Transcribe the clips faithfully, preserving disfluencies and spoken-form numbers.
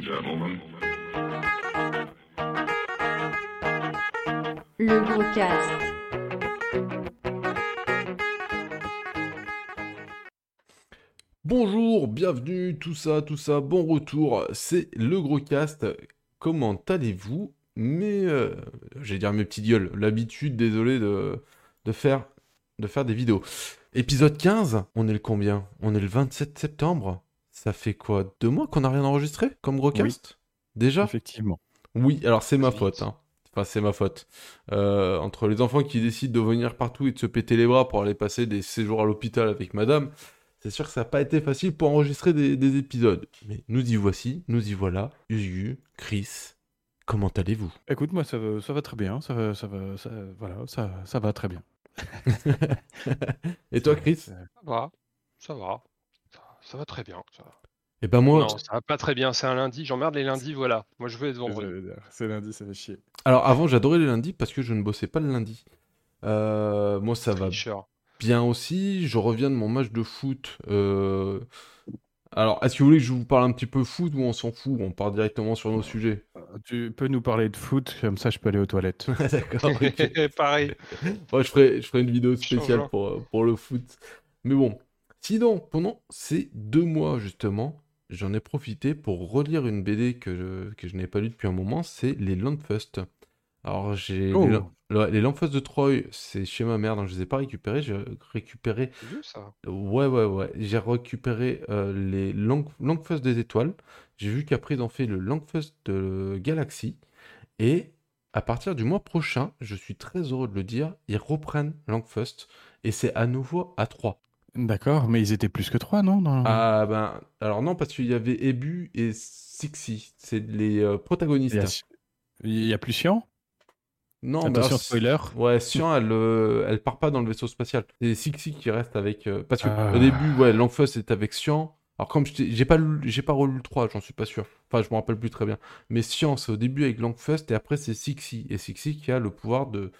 gentlemen. Le gros cast. Bonjour, bienvenue, tout ça, tout ça, bon retour, c'est le gros cast. Comment allez-vous? Mais, euh, j'allais dire mes petites gueules, l'habitude, désolé de, de faire, de faire des vidéos. Épisode quinze, on est le combien? On est le vingt-sept septembre. Ça fait quoi? Deux mois qu'on n'a rien enregistré comme gros Oui. cast? Déjà? Effectivement. Oui, alors c'est ma Vite. faute, hein. Enfin, c'est ma faute. Euh, entre les enfants qui décident de venir partout et de se péter les bras pour aller passer des séjours à l'hôpital avec madame, c'est sûr que ça n'a pas été facile pour enregistrer des, des épisodes. Mais nous y voici, nous y voilà. Hugu, Chris, comment allez-vous? Écoute, moi, ça va, ça va très bien. Ça va, ça va, ça, voilà, ça, ça va très bien. Et toi, C'est- Chris? c'est- Ça va, ça va, ça, ça va très bien. Ça va. Eh ben moi... Non, ça va pas très bien, c'est un lundi, j'emmerde les lundis, voilà. Moi je veux être vendredi. c'est- C'est lundi, ça fait chier. Alors avant, j'adorais les lundis parce que je ne bossais pas le lundi. Euh, moi, ça va Tricheur. bien aussi. Je reviens de mon match de foot. euh, Alors, est-ce que vous voulez que je vous parle un petit peu foot ou on s'en fout? On part directement sur nos sujets. Tu peux nous parler de foot, comme ça, je peux aller aux toilettes. D'accord, ok. Pareil. Ouais, je ferai, je ferai une vidéo spéciale Changeant. pour, euh, pour le foot. Mais bon, sinon, pendant ces deux mois, justement, j'en ai profité pour relire une B D que je, que je n'ai pas lue depuis un moment, c'est les Landfust. Alors, j'ai... Oh. Les, Lan- ouais, les Landfust de Troy, c'est chez ma mère, donc je les ai pas récupérés. J'ai récupéré... C'est vieux ça. Ouais, ouais, ouais. J'ai récupéré euh, les Lang... Langfust des étoiles. J'ai vu qu'après, ils ont fait le Langfust de Galaxy. Et à partir du mois prochain, je suis très heureux de le dire, ils reprennent Langfust et c'est à nouveau à trois. D'accord, mais ils étaient plus que trois, non dans... Ah ben, alors non, parce qu'il y avait Ebu et Sixi, c'est les euh, Il y protagonistes. a, il y a plus Sian. Non, mais Attention, alors, spoiler. ouais, Sian, elle, euh, elle part pas dans le vaisseau spatial. C'est Sixi qui reste avec. euh, Parce que Ah. au début, ouais, Langfust est avec Sian. Alors, comme je t'ai- j'ai pas, lu- j'ai pas relu le trois, j'en suis pas sûr. Enfin, je me rappelle plus très bien. Mais Sian, c'est au début avec Langfust et après, c'est Sixi. Et Sixi qui a le pouvoir de,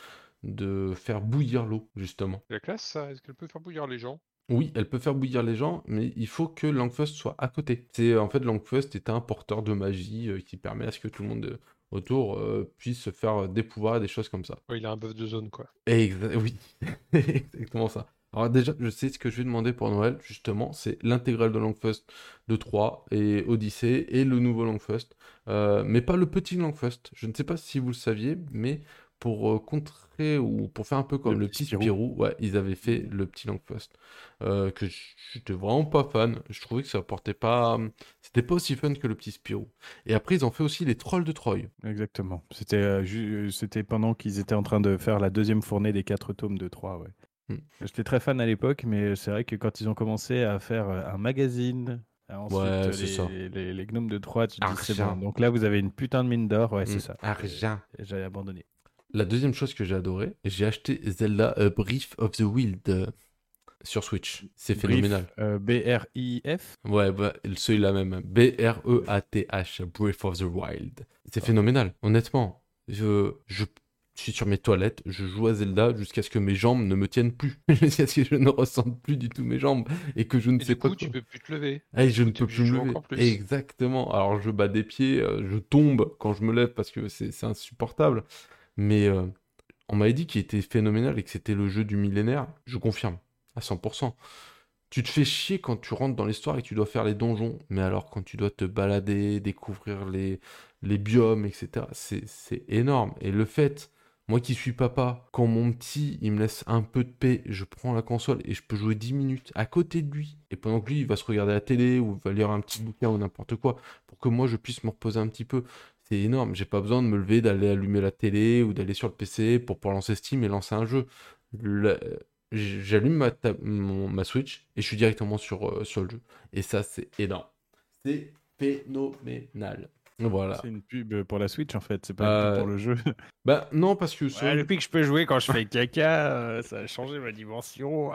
de faire bouillir l'eau, justement. C'est la classe ça, est-ce qu'elle peut faire bouillir les gens? Oui, elle peut faire bouillir les gens, mais il faut que Langfust soit à côté. C'est en fait Langfust est un porteur de magie euh, qui permet à ce que tout le monde euh, autour euh, puisse se faire euh, des pouvoirs et des choses comme ça. Ouais, il a un buff de zone quoi. Exa- oui, exactement ça. Alors déjà, je sais ce que je vais demander pour Noël, justement, c'est l'intégrale de Langfust de trois et Odyssée et le nouveau Langfust. Euh, mais pas le petit Langfust. Je ne sais pas si vous le saviez, mais pour euh, contrer ou pour faire un peu comme Le le, petit petit Spirou. Spirou, ouais, ils avaient fait le petit Langfust. Euh, que j- j'étais vraiment pas fan. Je trouvais que ça apportait pas... C'était pas aussi fun que le petit Spirou. Et après, ils ont fait aussi les Trolls de Troy. Exactement. C'était euh, ju- c'était pendant qu'ils étaient en train de faire la deuxième fournée des quatre tomes de trois, ouais. Hmm. J'étais très fan à l'époque, mais c'est vrai que quand ils ont commencé à faire euh, un magazine, euh, ensuite Ouais, euh, c'est les, ça. les, les gnomes de Troie, tu te dis c'est Argent. bon. Donc là, vous avez une putain de mine d'or, ouais, c'est Hmm, ça. argent. Et J'avais abandonné. La deuxième chose que j'ai adoré, j'ai acheté Zelda A Breath of the Wild euh, sur Switch. C'est Brief, phénoménal. euh, B R I F. Ouais, bah, celui-là même. B R E A T H, Breath of the Wild. C'est phénoménal, honnêtement. Je, je suis sur mes toilettes, je joue à Zelda jusqu'à ce que mes jambes ne me tiennent plus. Jusqu'à ce que je ne ressente plus du tout mes jambes et que je ne Et sais du pas coup, quoi. tu peux plus te lever. Ah, et je ne T'es peux obligé plus de me jouer lever. encore plus. Exactement. Alors je bats des pieds, euh, je tombe quand je me lève parce que c'est c'est insupportable. Mais euh, on m'avait dit qu'il était phénoménal et que c'était le jeu du millénaire. Je confirme, à cent pour cent. Tu te fais chier quand tu rentres dans l'histoire et que tu dois faire les donjons. Mais alors quand tu dois te balader, découvrir les, les biomes, et cetera, c'est c'est énorme. Et le fait, moi qui suis papa, quand mon petit, il me laisse un peu de paix, je prends la console et je peux jouer dix minutes à côté de lui. Et pendant que lui, il va se regarder la télé ou il va lire un petit bouquin ou n'importe quoi, pour que moi, je puisse me reposer un petit peu. C'est énorme. J'ai pas besoin de me lever, d'aller allumer la télé ou d'aller sur le P C pour pouvoir lancer Steam et lancer un jeu. Le- J'allume ma, ta- mon- ma Switch et je suis directement sur, euh, sur le jeu. Et ça, c'est énorme. C'est phénoménal. Voilà. C'est une pub pour la Switch en fait, c'est pas une pub Euh, pour le jeu. Bah non, parce que sur- depuis que je peux jouer quand je fais caca, euh, ça a changé ma dimension.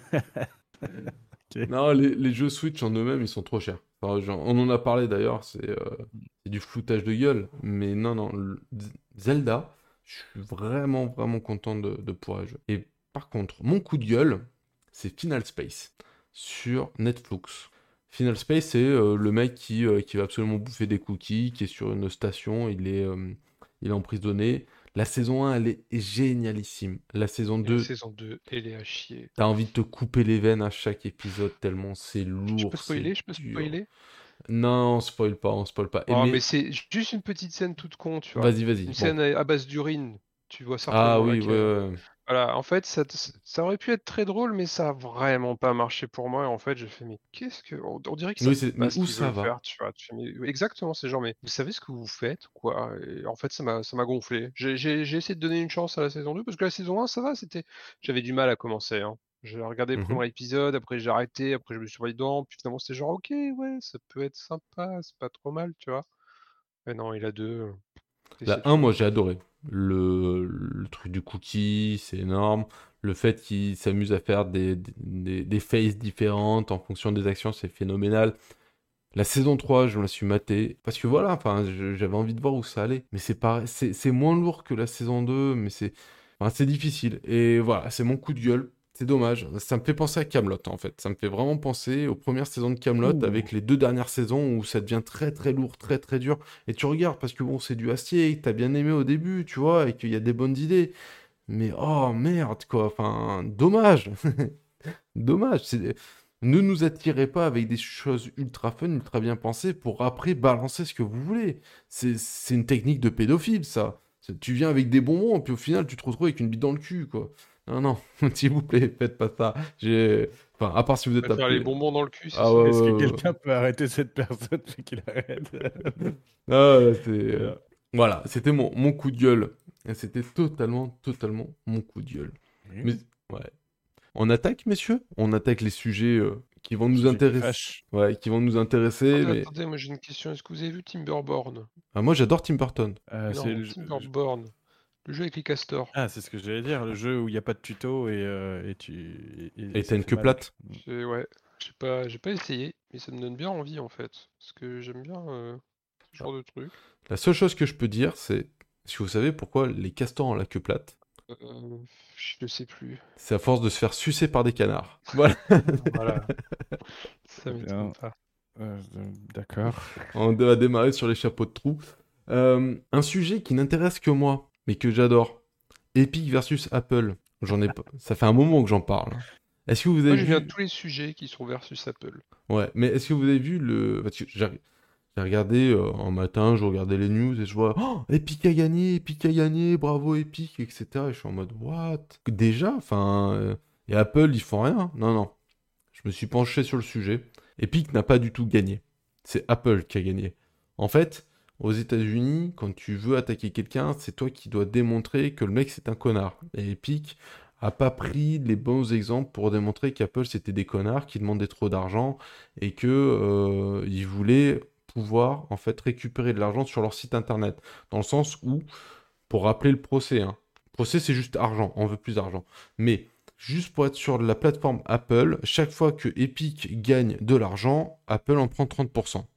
non, les, les jeux Switch en eux-mêmes, ils sont trop chers. Enfin, genre, on en a parlé d'ailleurs, c'est euh, c'est du floutage de gueule. Mais non, non, le- Z- Zelda, je suis vraiment, vraiment content de, de pouvoir y jouer. Et par contre, mon coup de gueule, c'est Final Space sur Netflix. Final Space, c'est euh, le mec qui, euh, qui va absolument bouffer des cookies, qui est sur une station, il est, euh, il est emprisonné. La saison un, elle est génialissime. La saison Et la deux, saison deux, elle est à chier. t'as envie de te couper les veines à chaque épisode tellement c'est Je peux lourd, c'est spoiler, je peux dur. spoiler. Non, on spoil pas, on spoil pas. Et Oh, mais mais, c'est juste une petite scène toute con, tu vois. vas-y, vas-y. Une Bon. scène à à base d'urine. Tu vois Ah certainement oui, ouais, laquelle. ouais, ouais. Voilà, en fait, ça, te- ça aurait pu être très drôle, mais ça a vraiment pas marché pour moi. Et en fait, je fais, mais qu'est-ce que. On, on dirait qu'ils Oui, savent c'est... pas Mais ce où qu'ils ça veulent va? faire, tu vois. Tu fais, mais- exactement, c'est genre, mais vous savez ce que vous faites, quoi. Et en fait, ça m'a ça m'a gonflé. J'ai j'ai- j'ai essayé de donner une chance à la saison deux, parce que la saison un, ça va, c'était. J'avais du mal à commencer, hein. J'ai regardé le Mhm. premier épisode, après j'ai arrêté, après je me suis remis dedans, puis finalement c'était genre, ok, ouais, ça peut être sympa, c'est pas trop mal, tu vois. Mais non, il a deux. La un, moi Déception. j'ai adoré. Le... le truc du cookie, c'est énorme. Le fait qu'il s'amuse à faire des, des, des- des phases différentes en fonction des actions, c'est phénoménal. La saison trois, je me la suis matée. Parce que voilà, enfin, je- j'avais envie de voir où ça allait. Mais c'est pareil, c'est c'est moins lourd que la saison deux, mais c'est enfin, c'est difficile. Et voilà, c'est mon coup de gueule. C'est dommage. Ça me fait penser à Camelot en fait. Ça me fait vraiment penser aux premières saisons de Camelot Ouh. avec les deux dernières saisons où ça devient très très lourd, très très dur. Et tu regardes parce que bon, c'est du acier, que t'as bien aimé au début, tu vois, et qu'il y a des bonnes idées. Mais oh merde quoi. Enfin, dommage. Dommage, c'est... Ne nous attirez pas avec des choses ultra fun, ultra bien pensées pour après balancer ce que vous voulez. C'est c'est une technique de pédophile, ça. C'est- Tu viens avec des bonbons, et puis au final, tu te retrouves avec une bite dans le cul, quoi. Non, non, s'il vous plaît, faites pas ça. J'ai... Enfin, à part si vous êtes Préfère les appelé... bonbons dans le cul, c'est Ah ouais, ça? Est-ce que ouais, ouais, ouais. quelqu'un peut arrêter cette personne? Faut qu'il arrête. Ah ouais, c'est... euh, Bien. Voilà, c'était mon, mon coup de gueule. Et c'était totalement, totalement mon coup de gueule. Mais, ouais. On attaque, messieurs? On attaque les sujets euh, qui vont nous Sujet qui intéresser. fâche. Ouais, qui vont nous intéresser, Attendez, mais... attendez, moi j'ai une question. Est-ce que vous avez vu Timberborn? Ah, moi, j'adore Tim Burton. Euh, c'est Non, le jeu- je- Timberborn. Le jeu avec les castors. Ah, c'est ce que j'allais dire, le jeu où il n'y a pas de tuto et, euh, et tu et, et Et ça t'as une fait queue mal. plate. C'est ouais. J'ai pas, j'ai pas essayé, mais ça me donne bien envie en fait. Parce que j'aime bien euh, ce Ah. genre de truc. La seule chose que je peux dire, c'est... Est-ce que vous savez pourquoi les castors ont la queue plate? Euh, je sais plus. C'est à force de se faire sucer par des canards. Voilà. Voilà. Ça Très m'étonne bien. pas. Euh, euh, D'accord. On va démarrer sur les chapeaux de trou. Euh, un sujet qui n'intéresse que moi, mais que j'adore. Epic versus Apple. J'en ai pas... Ça fait un moment que j'en parle. Est-ce que vous avez Moi j'aime bien vu... tous les sujets qui sont versus Apple. Ouais, mais est-ce que vous avez vu le... Parce que j'ai j'ai regardé euh, un matin, je regardais les news et je vois oh, Epic a gagné, Epic a gagné, bravo Epic, et cetera. Et je suis en mode what? Déjà, enfin, euh, et Apple, ils font rien. Non, non. Je me suis penché sur le sujet. Epic n'a pas du tout gagné. C'est Apple qui a gagné. En fait, aux États-Unis, quand tu veux attaquer quelqu'un, c'est toi qui dois démontrer que le mec c'est un connard. Et Epic a pas pris les bons exemples pour démontrer qu'Apple c'était des connards qui demandaient trop d'argent et que euh, ils voulaient pouvoir en fait récupérer de l'argent sur leur site internet. Dans le sens où, pour rappeler le procès, hein, le procès c'est juste argent, on veut plus d'argent. Mais juste pour être sur la plateforme Apple, chaque fois que Epic gagne de l'argent, Apple en prend trente pour cent.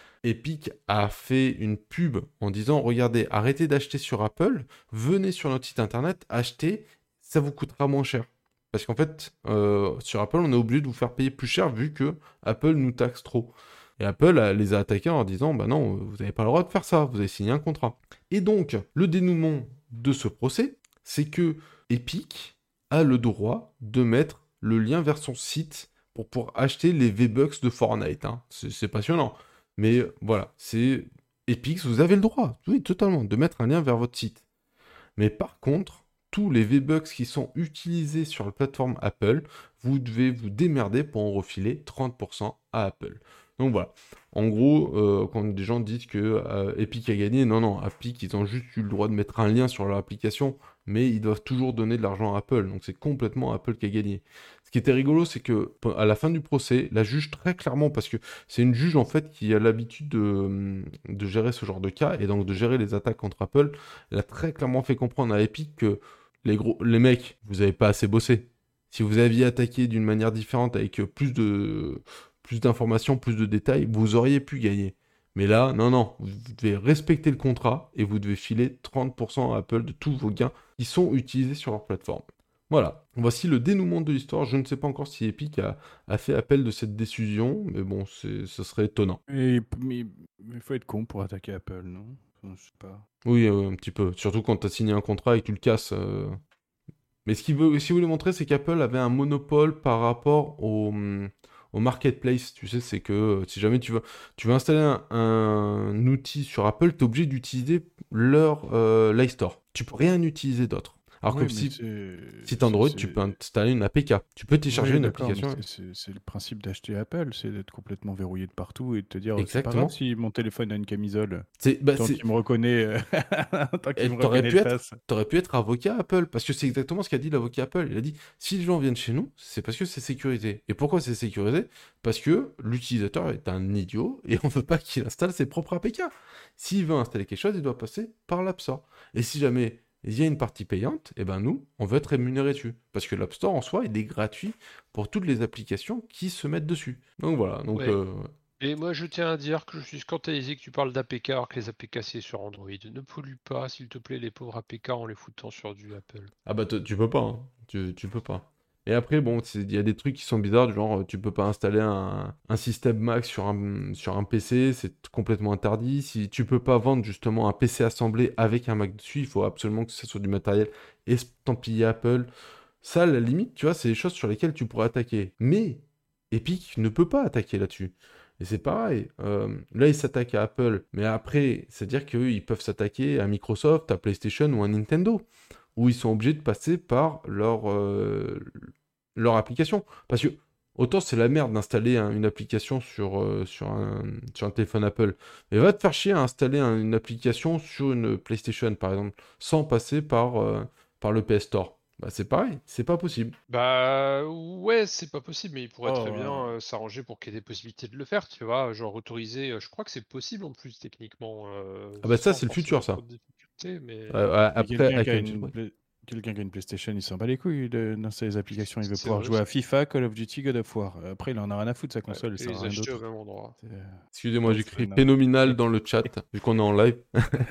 Epic a fait une pub en disant regardez, arrêtez d'acheter sur Apple, venez sur notre site internet, achetez, ça vous coûtera moins cher. Parce qu'en fait, euh, sur Apple, on est obligé de vous faire payer plus cher vu que Apple nous taxe trop. Et Apple a- les a attaqués en leur disant bah non, vous n'avez pas le droit de faire ça, vous avez signé un contrat. Et donc, le dénouement de ce procès, c'est que Epic a le droit de mettre le lien vers son site pour pouvoir acheter les V-Bucks de Fortnite. Hein. C'est c'est passionnant. Mais voilà, c'est Epic, vous avez le droit, oui, totalement, de mettre un lien vers votre site. Mais par contre, tous les V-Bucks qui sont utilisés sur la plateforme Apple, vous devez vous démerder pour en refiler trente pour cent à Apple. Donc voilà. En gros, euh, quand des gens disent que euh, Epic a gagné, non, non, Epic, ils ont juste eu le droit de mettre un lien sur leur application, mais ils doivent toujours donner de l'argent à Apple. Donc c'est complètement Apple qui a gagné. Ce qui était rigolo, c'est que à la fin du procès, la juge très clairement, parce que c'est une juge en fait qui a l'habitude de, de gérer ce genre de cas et donc de gérer les attaques contre Apple, elle a très clairement fait comprendre à Epic que les gros, les mecs, vous avez pas assez bossé. Si vous aviez attaqué d'une manière différente avec plus de plus d'informations, plus de détails, vous auriez pu gagner. Mais là, non, non, vous devez respecter le contrat et vous devez filer trente pour cent à Apple de tous vos gains qui sont utilisés sur leur plateforme. Voilà, voici le dénouement de l'histoire. Je ne sais pas encore si Epic a, a fait appel de cette décision, mais bon, c'est, ce serait étonnant. Et, mais il faut être con pour attaquer Apple, non? Enfin, je sais pas. Oui, euh, un petit peu. Surtout quand tu as signé un contrat et que tu le casses. euh. Mais ce qu'il veut, ce qu'il voulait montrer, c'est qu'Apple avait un monopole par rapport au, hum, au marketplace. Tu sais, c'est que euh, si jamais tu veux, tu veux installer un, un outil sur Apple, tu es obligé d'utiliser leur euh, l'iStore. Tu peux rien utiliser d'autre. Alors Oui, que mais si, c'est. si tu Android, tu peux installer une A P K. Tu peux télécharger Oui, une d'accord, mais application. c'est- c'est c'est le principe d'acheter Apple, c'est d'être complètement verrouillé de partout et de te dire, c'est pas grave Exactement. si mon téléphone a une camisole, C'est, bah, tant c'est, qu'il me reconnaît, euh, tant Et qu'il me t'aurais reconnaît pu de être, face. t'aurais pu être avocat Apple, parce que c'est exactement ce qu'a dit l'avocat Apple. Il a dit, si les gens viennent chez nous, c'est parce que c'est sécurisé. Et pourquoi c'est sécurisé? Parce que l'utilisateur est un idiot et on veut pas qu'il installe ses propres A P K. S'il veut installer quelque chose, il doit passer par l'App Store. Et si jamais il y a une partie payante, et ben nous, on veut être rémunéré dessus. Parce que l'App Store en soi, il est gratuit pour toutes les applications qui se mettent dessus. Donc voilà, donc Ouais. euh, Et moi, je tiens à dire que je suis scandalisé que tu parles d'A P K alors que les A P K c'est sur Android. Ne pollue pas, s'il te plaît, les pauvres A P K en les foutant sur du Apple. ah bah t- tu peux pas, hein. Tu, tu peux pas. Et après, bon, c'est- il y a des trucs qui sont bizarres, du genre euh, tu peux pas installer un, un système Mac sur un, sur un P C, c'est complètement interdit. Si tu peux pas vendre justement un P C assemblé avec un Mac dessus, il faut absolument que ce soit du matériel estampillé Apple. Ça, à la limite, tu vois, c'est des choses sur lesquelles tu pourrais attaquer. Mais Epic ne peut pas attaquer là-dessus. Et c'est pareil. euh, là, ils s'attaquent à Apple, mais après, c'est-à-dire qu'eux, ils peuvent s'attaquer à Microsoft, à PlayStation ou à Nintendo où ils sont obligés de passer par leur, euh, leur application. Parce que autant c'est la merde d'installer un- une application sur, euh, sur, un, sur un téléphone Apple, mais va te faire chier à installer un- une application sur une PlayStation, par exemple, sans passer par, euh, par le P S Store. Bah, c'est pareil, c'est pas possible. Bah ouais, c'est pas possible, mais il pourrait très Oh, bien ouais. euh, s'arranger pour qu'il y ait des possibilités de le faire, tu vois, genre autoriser, euh, je crois que c'est possible en plus techniquement, euh, Ah bah ça, sans c'est le forcément futur, trop ça. de difficultés, mais Euh, ouais, Mais après, quelqu'un qui avec a un une, jailbreak. Play- quelqu'un qui a une PlayStation, il s'en bat les couilles de, dans ses applications. Il veut c'est pouvoir vrai jouer à aussi. FIFA, Call of Duty, God of War. Après, il en a rien à foutre, sa Ouais, console, et ça sert à les rien acheter au d'autre. même endroit. C'est- euh, Excusez-moi, Non, c'est j'écris n'importe pénominal quoi. dans le chat, vu qu'on est en live.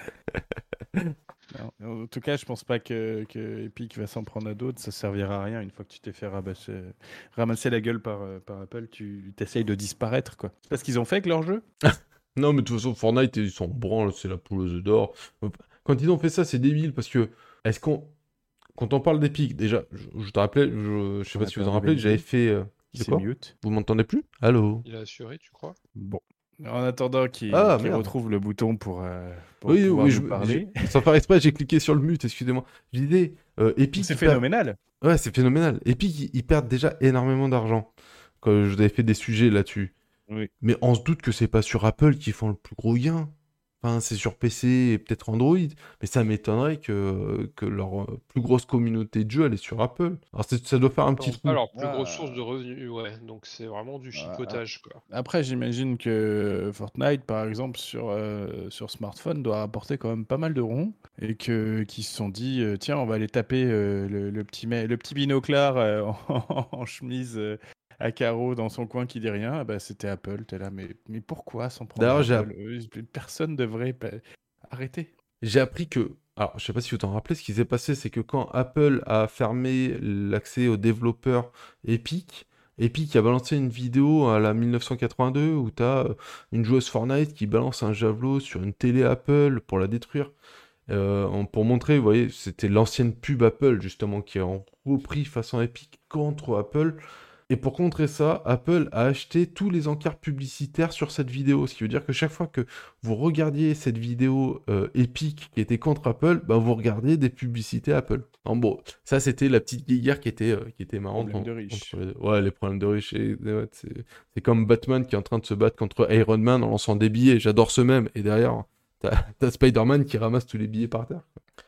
Non, en tout cas, je pense pas que, que Epic va s'en prendre à d'autres. Ça servira à rien. Une fois que tu t'es fait rabasser, ramasser la gueule par, euh, par Apple, tu t'essayes de disparaître, quoi. C'est pas ce qu'ils ont fait avec leur jeu? Non, mais de toute façon, Fortnite, ils s'en branlent, c'est la poule aux œufs d'or. Quand ils ont fait ça, c'est débile, parce que, est-ce qu'on... Quand on parle d'Epic, déjà, je, je te rappelais, je, je sais On pas a si vous en perdu rappelez, j'avais Benji, fait... euh, qui De s'est quoi? mute. Vous m'entendez plus? Allô? Il a assuré, tu crois? Bon. En attendant qu'il Ah, qu'il merde. retrouve le bouton pour, euh, pour Oui, pouvoir oui, nous je, parler. j'ai- sans faire exprès, j'ai cliqué sur le mute, excusez-moi. Je disais, euh, Epic, C'est ils perdent... phénoménal. Ouais, c'est phénoménal. Epic, ils, ils perdent déjà énormément d'argent. Quand je vous avais fait des sujets là-dessus. Oui. Mais on se doute que c'est pas sur Apple qu'ils font le plus gros gain. Enfin, c'est sur P C et peut-être Android. Mais ça m'étonnerait que, que leur euh, plus grosse communauté de jeux, elle est sur Apple. Alors c'est- ça doit faire un petit Non, pas trou. leur plus grosse source de Ah, revenus, ouais, donc c'est vraiment du ah, chipotage, quoi. Après, j'imagine que Fortnite, par exemple, sur, euh, sur smartphone, doit rapporter quand même pas mal de ronds et que qu'ils se sont dit, euh, tiens, on va aller taper euh, le, le petit me- le petit binoclard euh, en, en chemise euh, à carreaux dans son coin qui dit rien. Ah bah, c'était Apple. T'es là, mais, mais pourquoi s'en prendre à D'ailleurs, j'ai Apple? Euh, Personne devrait pa- arrêter. J'ai appris que, alors je sais pas si vous t'en rappelez, ce qui s'est passé, c'est que quand Apple a fermé l'accès aux développeurs Epic, Epic a balancé une vidéo à la mille neuf cent quatre-vingt-deux où t'as euh, une joueuse Fortnite qui balance un javelot sur une télé Apple pour la détruire. Euh, en- pour montrer, vous voyez, c'était l'ancienne pub Apple justement qui a repris façon Epic contre Apple. Et pour contrer ça, Apple a acheté tous les encarts publicitaires sur cette vidéo. Ce qui veut dire que chaque fois que vous regardiez cette vidéo euh, épique qui était contre Apple, bah, vous regardiez des publicités Apple. En bon, ça c'était la petite guéguerre qui était, euh, qui était marrante. Problème en- de riche. entre les deux. Ouais, les problèmes de riches. et- et ouais, c'est c'est comme Batman qui est en train de se battre contre Iron Man en lançant des billets. J'adore ce même. Et derrière, t'as t'as Spider-Man qui ramasse tous les billets par terre.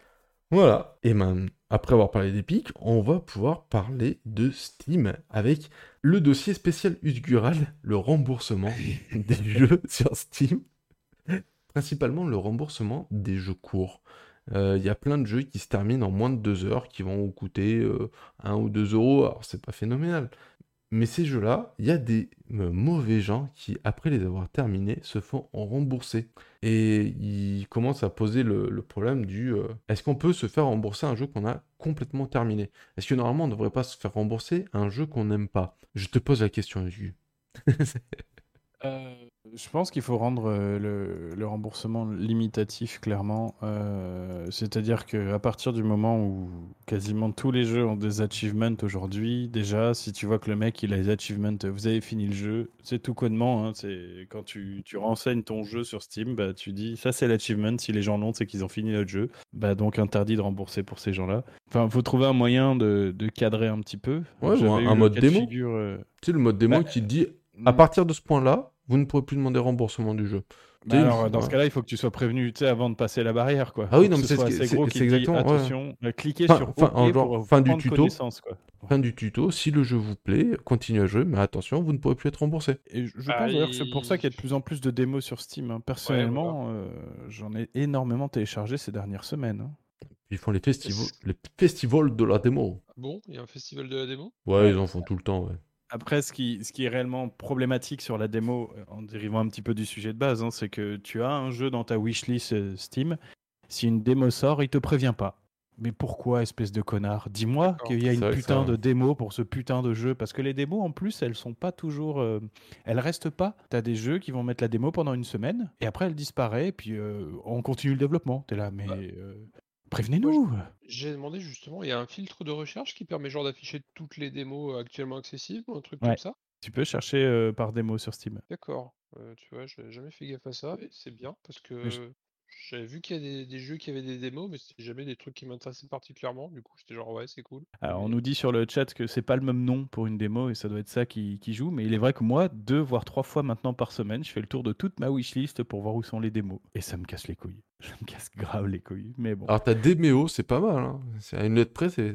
Voilà. Et ben, après avoir parlé d'Epic, on va pouvoir parler de Steam avec le dossier spécial Usgural, le remboursement des jeux sur Steam. Principalement le remboursement des jeux courts. Euh, Il y a plein de jeux qui se terminent en moins de deux heures, qui vont vous coûter euh, un ou deux euros. Alors c'est pas phénoménal. Mais ces jeux-là, il y a des euh, mauvais gens qui, après les avoir terminés, se font rembourser. Et ils commencent à poser le, le problème du euh, est-ce qu'on peut se faire rembourser un jeu qu'on a complètement terminé? Est-ce que normalement on ne devrait pas se faire rembourser un jeu qu'on n'aime pas? Je te pose la question, Hugues. Euh, je pense qu'il faut rendre euh, le, le remboursement limitatif, clairement. Euh, c'est-à-dire qu'à partir du moment où quasiment tous les jeux ont des achievements aujourd'hui, déjà, si tu vois que le mec il a les achievements, vous avez fini le jeu, c'est tout connement. Hein, c'est quand tu, tu renseignes ton jeu sur Steam, bah, tu dis ça c'est l'achievement. Si les gens l'ont, c'est qu'ils ont fini notre jeu. Bah, donc interdit de rembourser pour ces gens-là. Enfin, il faut trouver un moyen de, de cadrer un petit peu. Ouais, ou un, J'avais eu un le mode cas de démo. figure. euh, Tu sais, le mode démo bah, qui te dit à partir de ce point-là, vous ne pourrez plus demander remboursement du jeu. Tu Bah sais, une alors, fois- dans ce ouais. cas-là, il faut que tu sois prévenu, tu sais, avant de passer la barrière, quoi. Ah Faut oui, que non, mais ce c'est ce soit qui- assez c'est gros c'est qui te dit exactement. Ouais. attention, euh, cliquez Fin, sur fin- en OK genre, pour fin du prendre tuto. connaissance, quoi. Fin du tuto, si le jeu vous plaît, continuez à jouer, mais attention, vous ne pourrez plus être remboursé. Et je je Ah, pense d'ailleurs que c'est pour ça et- qu'il y a de plus en plus de démos sur Steam. hein. Ouais, voilà. Personnellement, euh, j'en ai énormément téléchargé ces dernières semaines. hein. Ils font les festivals, Est-ce- les festivals de la démo. Ah bon, il y a un festival de la démo? Ouais, Ouais. ils en font tout le temps, ouais. Après, ce qui, ce qui est réellement problématique sur la démo, euh, en dérivant un petit peu du sujet de base, hein, c'est que tu as un jeu dans ta wishlist euh, Steam. Si une démo sort, il te prévient pas. Mais pourquoi, espèce de connard? Dis-moi D'accord. qu'il y a C'est une vrai que putain ça- de démo pour ce putain de jeu. Parce que les démos, en plus, elles sont pas toujours. euh, Elles restent pas. T'as des jeux qui vont mettre la démo pendant une semaine, et après elle disparaît, et puis euh, on continue le développement. T'es là, mais Bah, euh, Moi, prévenez-nous! j'ai demandé justement, il y a un filtre de recherche qui permet genre d'afficher toutes les démos euh, actuellement accessibles ou un truc comme Ouais. ça? Tu peux chercher euh, par démo sur Steam. D'accord. Euh, tu vois, j'avais jamais fait gaffe à ça, et c'est bien parce Mais je- que j'avais vu qu'il y a des, des jeux qui avaient des démos, mais c'était jamais des trucs qui m'intéressaient particulièrement. Du coup, j'étais genre ouais, c'est cool. Alors, on Mais nous dit sur le chat que c'est pas le même nom pour une démo et ça doit être ça qui, qui joue. Mais il est vrai que moi, deux voire trois fois maintenant par semaine, je fais le tour de toute ma wishlist pour voir où sont les démos. Et ça me casse les couilles. Ça me casse grave les couilles. Mais bon. Alors, t'as Déméo, c'est pas mal, hein. C'est à une lettre près, c'est.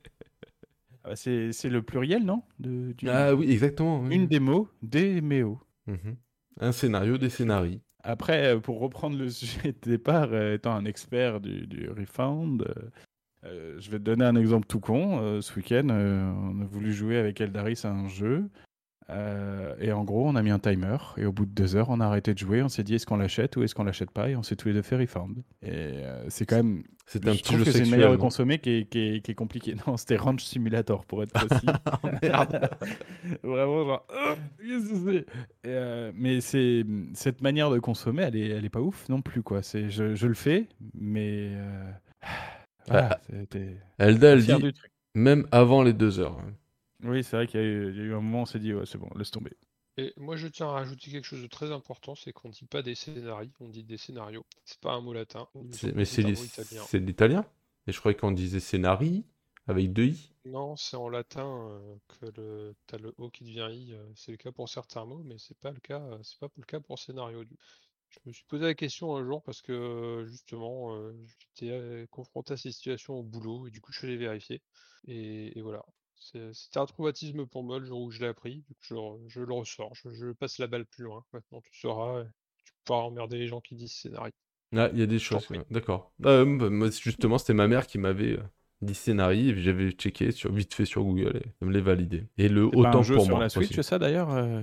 Ah, C'est c'est le pluriel, non de, du- Ah oui, exactement. oui. Une démo, des méos. Mhm. Un scénario, des scénarii. Après, euh, pour reprendre le sujet de départ, euh, étant un expert du, du refund, euh, euh, je vais te donner un exemple tout con. Euh, ce week-end, euh, on a voulu jouer avec Eldaris à un jeu. Euh, et en gros, on a mis un timer. Et au bout de deux heures, on a arrêté de jouer. On s'est dit est-ce qu'on l'achète ou est-ce qu'on l'achète pas? Et on s'est tous les deux fait refund. Et euh, c'est quand même. C'est un Je petit trouve jeu que c'est une sexuel. manière de non consommer qui est, qui est, qui est compliquée. Non, c'était Ranch Simulator pour être précis. Oh, merde. Vraiment, genre. Ah, qu'est-ce que c'est Et, euh, mais c'est cette manière de consommer, elle est, elle est pas ouf non plus, quoi. C'est, je, je le fais, mais. euh, Voilà, c'était. Elda, pas elle fier dit du truc. même avant les deux heures. hein. Oui, c'est vrai qu'il y a, eu, il y a eu un moment, on s'est dit, ouais, c'est bon, laisse tomber. Et moi, je tiens à rajouter quelque chose de très important, c'est qu'on dit pas des scénarios, on dit des scénarios. C'est pas un mot latin. Il me C'est- semble Mais que c'est c'est un li- mot italien. c'est l'italien. Et je croyais qu'on disait scénarii avec deux i. Non, c'est en latin euh, que le t'as le O qui devient I. euh, c'est le cas pour certains mots, mais c'est pas le cas. euh, c'est pas le cas pour scénario. Du... Je me suis posé la question un jour parce que euh, justement, euh, j'étais euh, confronté à ces situations au boulot et du coup, je suis allé vérifier. Et, et voilà. C'est- C'était un traumatisme pour moi le jour où je l'ai appris. Du coup, je, le re- je le ressors. Je, je passe la balle plus loin. Maintenant, tu sauras. et Tu pourras emmerder les gens qui disent scénario. Ah, il y a des Je t'en choses. prie. ouais. D'accord. Ah, bah, moi, justement, c'était ma mère qui m'avait euh, dit scénarii et puis j'avais checké sur, vite fait sur Google et ça me l'a validé. Et le C'est pas un autant jeu pour sur moi la Switch, aussi. ça d'ailleurs euh,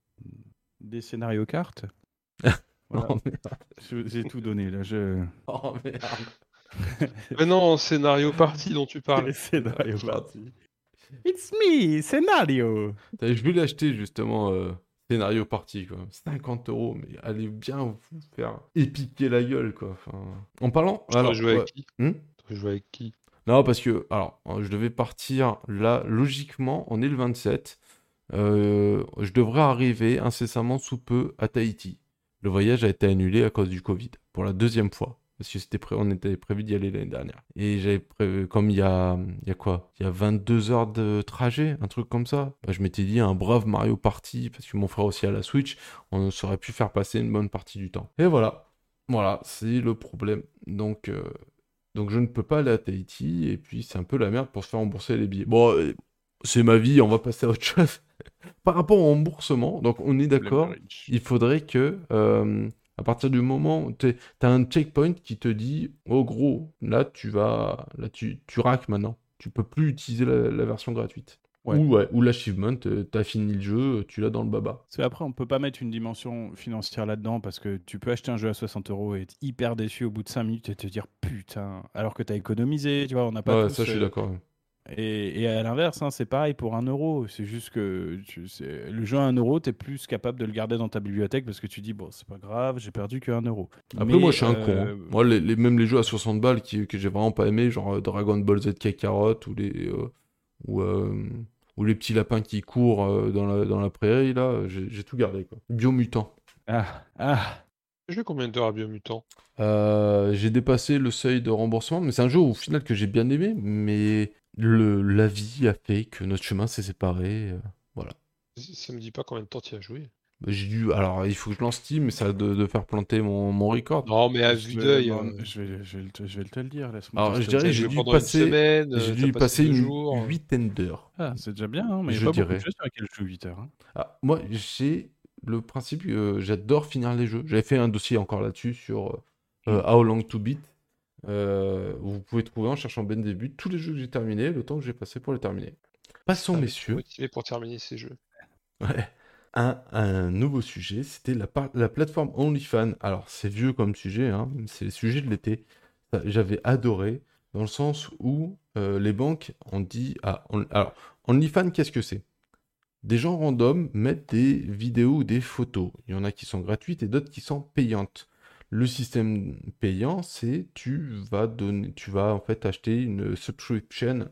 Des scénarios cartes Voilà. Oh merde. Je- J'ai tout donné là. Je... Oh merde. Mais non, scénario party dont tu parles. Les scénarios Pardon. partis. It's me, scénario. Putain, je vais l'acheter justement, euh, scénario parti quoi. cinquante euros, mais allez bien vous faire épiquer la gueule quoi. Enfin, en parlant. Je Alors, dois jouer ouais. avec qui? Hmm Je dois jouer avec qui? Non, parce que, alors, euh, je devais partir là, logiquement, on est le vingt-sept. Euh, je devrais arriver incessamment sous peu à Tahiti. Le voyage a été annulé à cause du Covid, pour la deuxième fois. Parce que c'était pré- on était prévu d'y aller l'année dernière. Et j'avais prévu, comme il y a, il y a quoi? Il y a vingt-deux heures de trajet, un truc comme ça. Bah, je m'étais dit, un brave Mario Party, parce que mon frère aussi a la Switch, on aurait pu faire passer une bonne partie du temps. Et voilà. Voilà, c'est le problème. Donc, euh, donc je ne peux pas aller à Tahiti, et puis c'est un peu la merde pour se faire rembourser les billets. Bon, euh, c'est ma vie, on va passer à autre chose. Par rapport au remboursement, donc on est d'accord, Leverage. il faudrait que, euh, à partir du moment où tu as un checkpoint qui te dit, oh gros, là tu vas, là tu, tu raques maintenant, tu peux plus utiliser la, la version gratuite. Ouais. Ou, ouais, ou l'achievement, euh, t'as fini le jeu, tu l'as dans le baba. Parce qu'après, on peut pas mettre une dimension financière là-dedans parce que tu peux acheter un jeu à soixante euros et être hyper déçu au bout de cinq minutes et te dire putain, alors que t'as économisé, tu vois, on n'a pas Ouais, tous. ça, je suis euh, d'accord. ouais. Et, et à l'inverse, hein, c'est pareil pour un euro. C'est juste que tu, c'est- le jeu à un euro, t'es plus capable de le garder dans ta bibliothèque parce que tu dis, bon, c'est pas grave, j'ai perdu que un euro. Après, moi, Mais je suis un con. hein. euh, Moi, les, les- même les jeux à soixante balles qui, que j'ai vraiment pas aimé, genre euh, Dragon Ball Z Kakarot ou les, euh, ou, euh, ou les petits lapins qui courent euh, dans la, dans la prairie, là, j'ai j'ai tout gardé, quoi. Biomutant. ah, ah, J'ai joué combien d'heures à Biomutant? Euh, j'ai dépassé le seuil de remboursement, mais c'est un jeu au final que j'ai bien aimé, mais le, la vie a fait que notre chemin s'est séparé. euh, voilà. Ça ça me dit pas combien de temps tu y as joué. Bah, J'ai dû. Alors, il faut que je lance Steam, mais ça a de, de faire planter mon, mon record. Non, mais à je vue vais, d'œil, bon, euh, je vais, je vais le te, je vais te le dire, laisse-moi Alors, je tester un t'as dirais, peu. j'ai joué dû pendant une passer, semaine, j'ai euh, t'as dû passé passer deux une jours. euh. huitaine d'heures. Ah, c'est déjà bien, hein, mais il n'y Je a pas beaucoup de dirais. jeux sur lesquels je joue huit heures. hein. Ah, moi, j'ai le principe que j'adore finir les jeux. J'avais fait un dossier encore là-dessus sur euh, Mm. How Long to Beat. Euh, où vous pouvez trouver en cherchant Ben Début tous les jeux que j'ai terminés, le temps que j'ai passé pour les terminer. Passons, Ah, mais tu es messieurs, motivé pour terminer ces jeux. ouais, à un nouveau sujet. C'était la, par- la plateforme OnlyFans. Alors, c'est vieux comme sujet, hein, c'est le sujet de l'été. Ça, J'avais adoré, dans le sens où euh, les banques ont dit. Ah, on- alors, OnlyFans, qu'est-ce que c'est? Des gens random mettent des vidéos ou des photos. Il y en a qui sont gratuites et d'autres qui sont payantes. Le système payant, c'est tu vas donner, tu vas en fait acheter une subscription.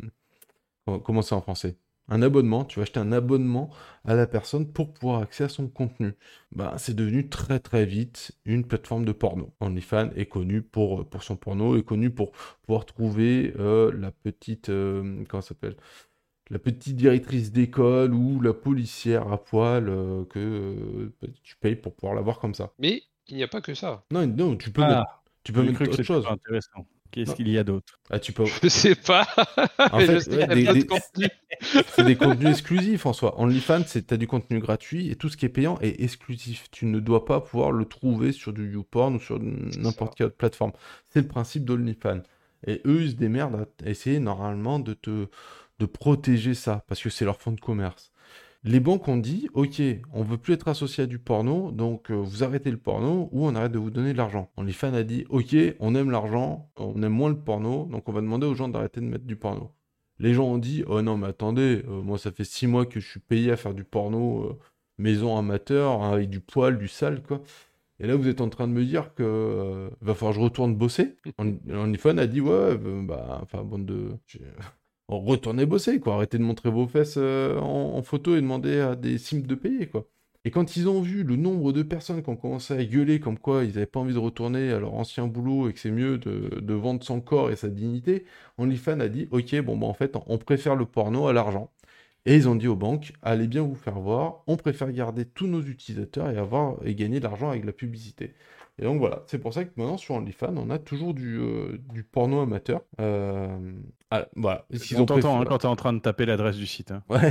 euh, comment c'est en français? Un abonnement. Tu vas acheter un abonnement à la personne pour pouvoir accéder à son contenu. Bah, c'est devenu très très vite une plateforme de porno. OnlyFans est connu pour, pour son porno, est connu pour pouvoir trouver euh, la petite, euh, comment ça s'appelle? La petite directrice d'école ou la policière à poil euh, que euh, bah, tu payes pour pouvoir la voir comme ça. Mais il n'y a pas que ça. Non, non, tu peux mettre, Ah, tu peux j'ai mettre cru que autre c'était chose. pas intéressant. Qu'est-ce Non. qu'il y a d'autre? Ah, tu peux. Je sais pas, En mais je fait, sais ouais, qu'il y a des- plein de des- contenu. c'est des contenus exclusifs en soi. OnlyFans, c'est t'as du contenu gratuit et tout ce qui est payant est exclusif. Tu ne dois pas pouvoir le trouver sur du YouPorn ou sur C'est n'importe ça. quelle autre plateforme. C'est le principe d'OnlyFans. Et eux, ils se démerdent à essayer normalement de te de protéger ça parce que c'est leur fonds de commerce. Les banques ont dit, ok, on veut plus être associé à du porno, donc euh, vous arrêtez le porno ou on arrête de vous donner de l'argent. OnlyFans a dit, ok, on aime l'argent, on aime moins le porno, donc on va demander aux gens d'arrêter de mettre du porno. Les gens ont dit, oh non mais attendez, euh, moi ça fait six mois que je suis payé à faire du porno euh, maison amateur, hein, avec du poil, du sale, quoi. Et là vous êtes en train de me dire que euh, va falloir que je retourne bosser. On- OnlyFans a dit, ouais, euh, bah, enfin, bande de... j'ai- retournez bosser, quoi. Arrêtez de montrer vos fesses euh, en, en photo et demander à des sims de payer, quoi. Et quand ils ont vu le nombre de personnes qui ont commencé à gueuler comme quoi ils n'avaient pas envie de retourner à leur ancien boulot et que c'est mieux de, de vendre son corps et sa dignité, OnlyFans a dit, ok, bon, bah en fait, on préfère le porno à l'argent. Et ils ont dit aux banques, allez bien vous faire voir, on préfère garder tous nos utilisateurs et avoir et gagner de l'argent avec la publicité. Et donc voilà, c'est pour ça que maintenant sur OnlyFans, on a toujours du, euh, du porno amateur. Euh, ah, voilà, est-ce qu'ils On ont t'entend hein, préféré... quand t'es en train de taper l'adresse du site. hein. Ouais.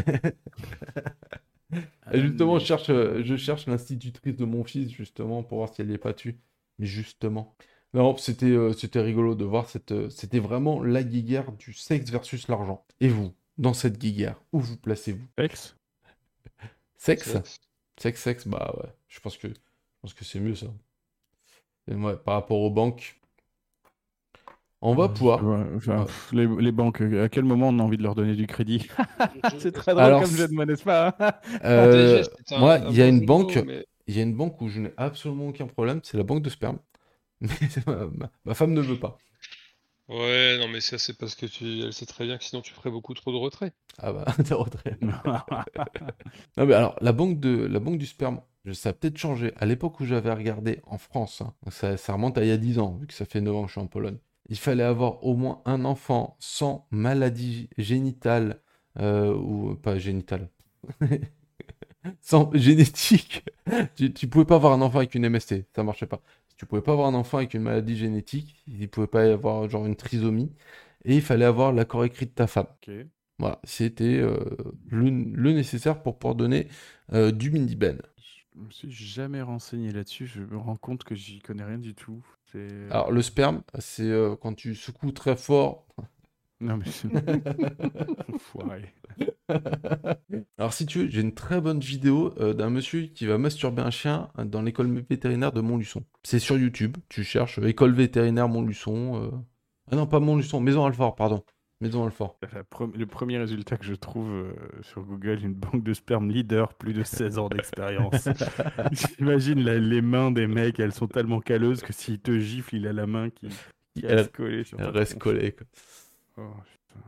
Et justement, je Allez. cherche, euh, je cherche l'institutrice de mon fils, justement, pour voir si elle n'est pas tue. Mais justement. Non, c'était euh, c'était rigolo de voir cette. euh, C'était vraiment la guéguerre du sexe versus l'argent. Et vous, dans cette guéguerre, où vous placez-vous? Ex Sexe? Sexe. Sexe, sexe, bah ouais. Je pense que, je pense que c'est mieux ça. Et ouais, par rapport aux banques, on va Ouais, pouvoir. enfin, Ouais. pff, les, les banques, euh, à quel moment on a envie de leur donner du crédit? Je- C'est très drôle Alors, comme jeu de mots, n'est-ce pas? hein euh, P S G, c'est moi, un, un il y a bon une jeu de banque, mots, mais il y a une banque où je n'ai absolument aucun problème, c'est la banque de sperme. Mais ma, ma- ma femme ne veut pas. ouais, non, mais ça c'est parce que tu, elle sait très bien que sinon tu ferais beaucoup trop de retraits. Ah bah, des retraits. Non mais alors, la banque de, la banque du sperme, je- ça a peut-être changé. À l'époque où j'avais regardé en France, hein, ça, ça remonte à il y a dix ans, vu que ça fait neuf ans que je suis en Pologne. Il fallait avoir au moins un enfant sans maladie génitale, euh, ou pas génitale, sans génétique. Tu, tu pouvais pas avoir un enfant avec une M S T, ça marchait pas. Tu pouvais pas avoir un enfant avec une maladie génétique, il pouvait pas y avoir genre une trisomie, et il fallait avoir l'accord écrit de ta femme. Ok. Voilà, c'était euh, le, le nécessaire pour pouvoir donner euh, du mini-ben. Je me suis jamais renseigné là-dessus, je me rends compte que j'y connais rien du tout. C'est... Alors, le sperme, c'est euh, quand tu secoues très fort. Non mais c'est... Enfoiré. Alors, si tu veux, j'ai une très bonne vidéo euh, d'un monsieur qui va masturber un chien euh, dans l'école vétérinaire de Montluçon. C'est sur YouTube. Tu cherches euh, école vétérinaire Montluçon. euh, Ah non, pas Montluçon, Maison Alfort, pardon. Maison Alfort. La pre- Le premier résultat que je trouve euh, sur Google, une banque de sperme leader, plus de seize ans d'expérience. J'imagine la- les mains des mecs, elles sont tellement calleuses que s'il te gifle, il a la main qui, qui Elle, reste collée sur elle ta reste tronche. collée, quoi. Oh, putain.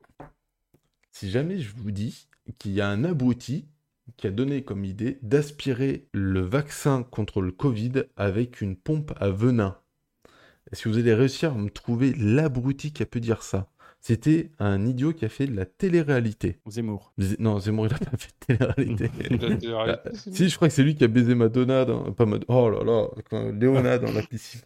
Si jamais je vous dis qu'il y a un abruti qui a donné comme idée d'aspirer le vaccin contre le Covid avec une pompe à venin. Est-ce que vous allez réussir à me trouver l'abruti qui a pu dire ça? C'était un idiot qui a fait de la télé-réalité. Zemmour. Z- Non, Zemmour, il a pas fait de télé-réalité. La télé-réalité, Ah, c'est si, je crois que c'est lui qui a baisé Madonna dans... Pas Mad- Oh là là, quand- Léona dans la piscine.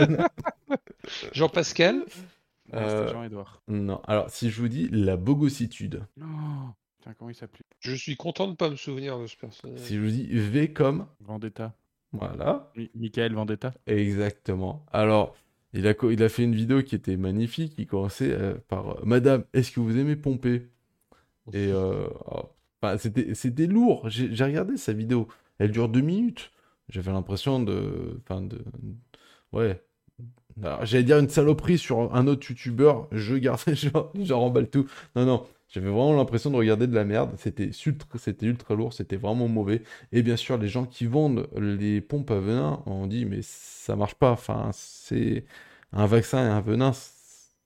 Jean-Pascal? Non, Euh, c'était Jean-Edouard. Non, alors si je vous dis la bogossitude, Non. Putain, comment il s'appelait? Je suis content de pas me souvenir de ce personnage. si je vous dis V comme, Vendetta. voilà, Mi- Michael Vendetta. exactement. Alors, il a, co- il a fait une vidéo qui était magnifique, il commençait euh, par euh, Madame, est-ce que vous aimez pomper? Et euh, oh, enfin, c'était, c'était lourd, j'ai j'ai regardé sa vidéo, elle dure deux minutes. J'avais l'impression de... Enfin, de... Ouais. Alors, j'allais dire une saloperie sur un autre youtubeur, je garde, genre, j'en remballe tout. Non, non, j'avais vraiment l'impression de regarder de la merde. C'était ultra, c'était ultra lourd, c'était vraiment mauvais. Et bien sûr, les gens qui vendent les pompes à venin ont dit, mais ça marche pas. Enfin, c'est un vaccin et un venin, ça,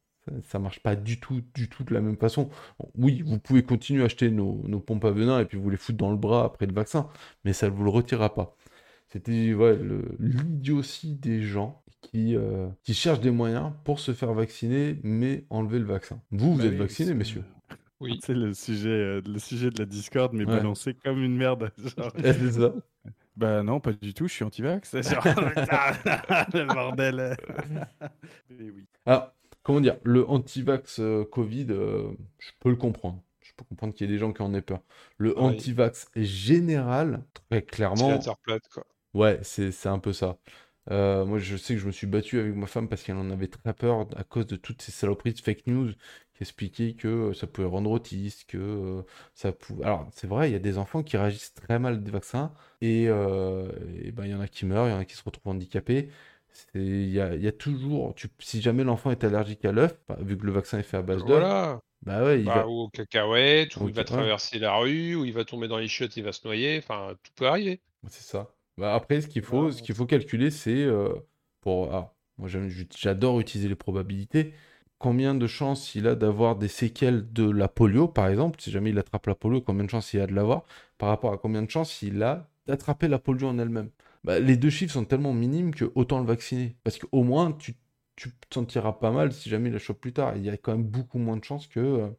ça marche pas du tout, du tout de la même façon. Oui, vous pouvez continuer à acheter nos, nos pompes à venin et puis vous les foutre dans le bras après le vaccin, mais ça ne vous le retirera pas. C'était ouais, le- l'idiotie des gens qui, euh, qui cherchent des moyens pour se faire vacciner, mais enlever le vaccin. Vous, vous Bah êtes oui, vaccinés, c'est- messieurs. Oui. C'est le sujet, euh, le sujet de la Discord, mais Ouais. balancé comme une merde. Genre, Ouais, c'est ça. bah non, pas du tout, je suis anti-vax. Genre, putain, le bordel. Mais oui. Alors, comment dire, le anti-vax euh, Covid, euh, je peux le comprendre. Je peux comprendre qu'il y ait des gens qui en aient peur. Le Pareil. anti-vax général, très C'est clairement, la terre plate, quoi. ouais, c'est c'est un peu ça. Euh, moi, je sais que je me suis battu avec ma femme parce qu'elle en avait très peur à cause de toutes ces saloperies de fake news qui expliquaient que euh, ça pouvait rendre autiste, que euh, ça pouvait... Alors, c'est vrai, il y a des enfants qui réagissent très mal des vaccins et, euh, et ben, il y en a qui meurent, il y en a qui se retrouvent handicapés. C'est- Il y a, il y a toujours... Tu... Si jamais l'enfant est allergique à l'œuf, bah, vu que le vaccin est fait à base d'œuf, Voilà. bah ouais, il Bah, va... ou aux cacahuètes, ou il Ok, va ouais. traverser la rue, ou il va tomber dans les chiottes, il va se noyer. Enfin, tout peut arriver. C'est ça. Bah, après, ce qu'il faut, Voilà. ce qu'il faut calculer, c'est euh, pour. Ah, moi, j'aime- j'adore utiliser les probabilités. Combien de chances il a d'avoir des séquelles de la polio, par exemple, si jamais il attrape la polio, combien de chances il a de l'avoir, par rapport à combien de chances il a d'attraper la polio en elle-même. Bah, les deux chiffres sont tellement minimes que autant le vacciner. Parce qu'au moins, tu, tu te sentiras pas mal si jamais il la chope plus tard. Il y a quand même beaucoup moins de chances que. euh,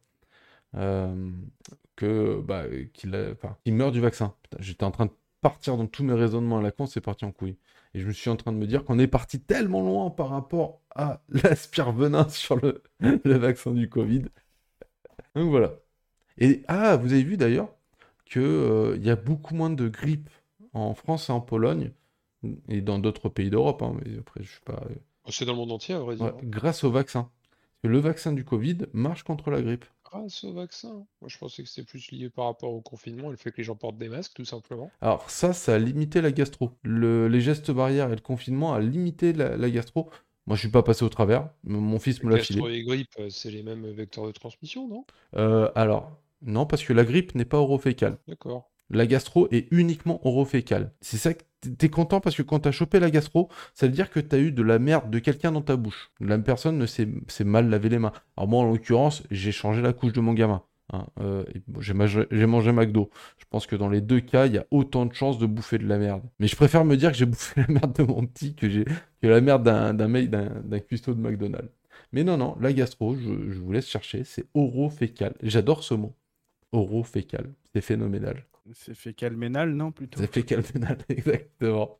euh, que bah, qu'il a- enfin, qu'il meurt du vaccin. Putain, j'étais en train de partir dans tous mes raisonnements à la con, c'est parti en couille. Et je me suis en train de me dire qu'on est parti tellement loin par rapport à l'aspire-venin sur le, le vaccin du Covid. Donc voilà. Et ah, vous avez vu d'ailleurs qu'il y a beaucoup moins de grippe en France et en Pologne et dans d'autres pays d'Europe, hein, mais après je suis pas... C'est dans le monde entier, à vrai dire. Ouais, grâce au vaccin. Parce que le vaccin du Covid marche contre la grippe. Grâce au vaccin. Moi, je pensais que c'était plus lié par rapport au confinement et le fait que les gens portent des masques, tout simplement. Alors ça, ça a limité la gastro. Le- les gestes barrières et le confinement a limité la, la gastro. Moi, je suis pas passé au travers. M- Mon fils me l'a filé. Gastro et grippe, euh, c'est les mêmes vecteurs de transmission, non? Euh, alors, non, parce que la grippe n'est pas orofécale. D'accord. La gastro est uniquement orofécale. C'est ça que t- t'es content parce que quand t'as chopé la gastro, ça veut dire que t'as eu de la merde de quelqu'un dans ta bouche. La personne ne s'est s'est mal lavé les mains. Alors moi, en l'occurrence, j'ai changé la couche de mon gamin. Hein, euh, et bon, j'ai mangé, j'ai mangé McDo. Je pense que dans les deux cas, il y a autant de chances de bouffer de la merde. Mais je préfère me dire que j'ai bouffé la merde de mon petit que, j'ai, que la merde d'un, d'un mec, d'un, d'un cuistot de McDonald's. Mais non, non, la gastro, je, je vous laisse chercher, c'est orofécal. J'adore ce mot. Orofécal. C'est phénoménal. C'est fécal-ménal, non, plutôt? C'est fécal-vénal, exactement.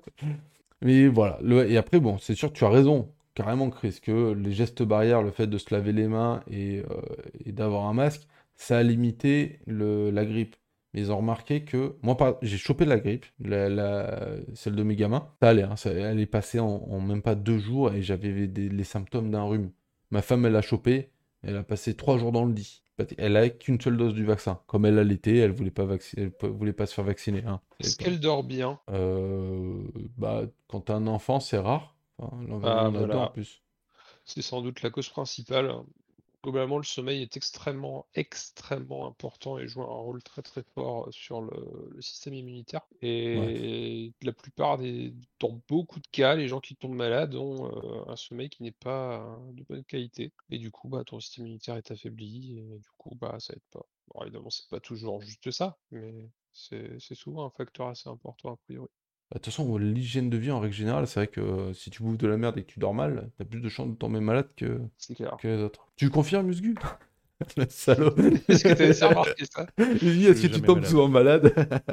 Mais voilà. Le- Et après, bon, c'est sûr que tu as raison, carrément, Chris, que les gestes barrières, le fait de se laver les mains et, euh, et d'avoir un masque, ça a limité le, la grippe. Mais ils ont remarqué que, moi, par- j'ai chopé la grippe, la, la- celle de mes gamins. Ça allait, hein, ça- elle est passée en, en même pas deux jours et j'avais des- les symptômes d'un rhume. Ma femme, elle l'a chopé, elle a passé trois jours dans le lit. Bah, elle a qu'une seule dose du vaccin. Comme elle allaitait, elle voulait pas vacciner, elle pe- voulait pas se faire vacciner. Hein. C'est Est-ce pas- qu'elle dort bien? Euh, bah, quand t'as un enfant, c'est rare. Enfin, là, on Ah en a deux en voilà, plus. c'est sans doute la cause principale. Globalement, le sommeil est extrêmement, extrêmement important et joue un rôle très très fort sur le, le système immunitaire. Ouais. Et la plupart des, dans beaucoup de cas, les gens qui tombent malades ont euh, un sommeil qui n'est pas euh, de bonne qualité. Et du coup, bah, ton système immunitaire est affaibli et du coup, bah, ça aide pas. Bon, évidemment, c'est pas toujours juste ça, mais c'est c'est souvent un facteur assez important a priori. Bah, de toute façon, l'hygiène de vie en règle générale, c'est vrai que euh, si tu bouffes de la merde et que tu dors mal, t'as plus de chances de tomber malade que, C'est clair. que les autres. Tu confirmes, Musgu? Le salaud. Est-ce que tu as essayé de remarquer ça? Musgu, Je est-ce suis que tu jamais tombes malade. souvent malade?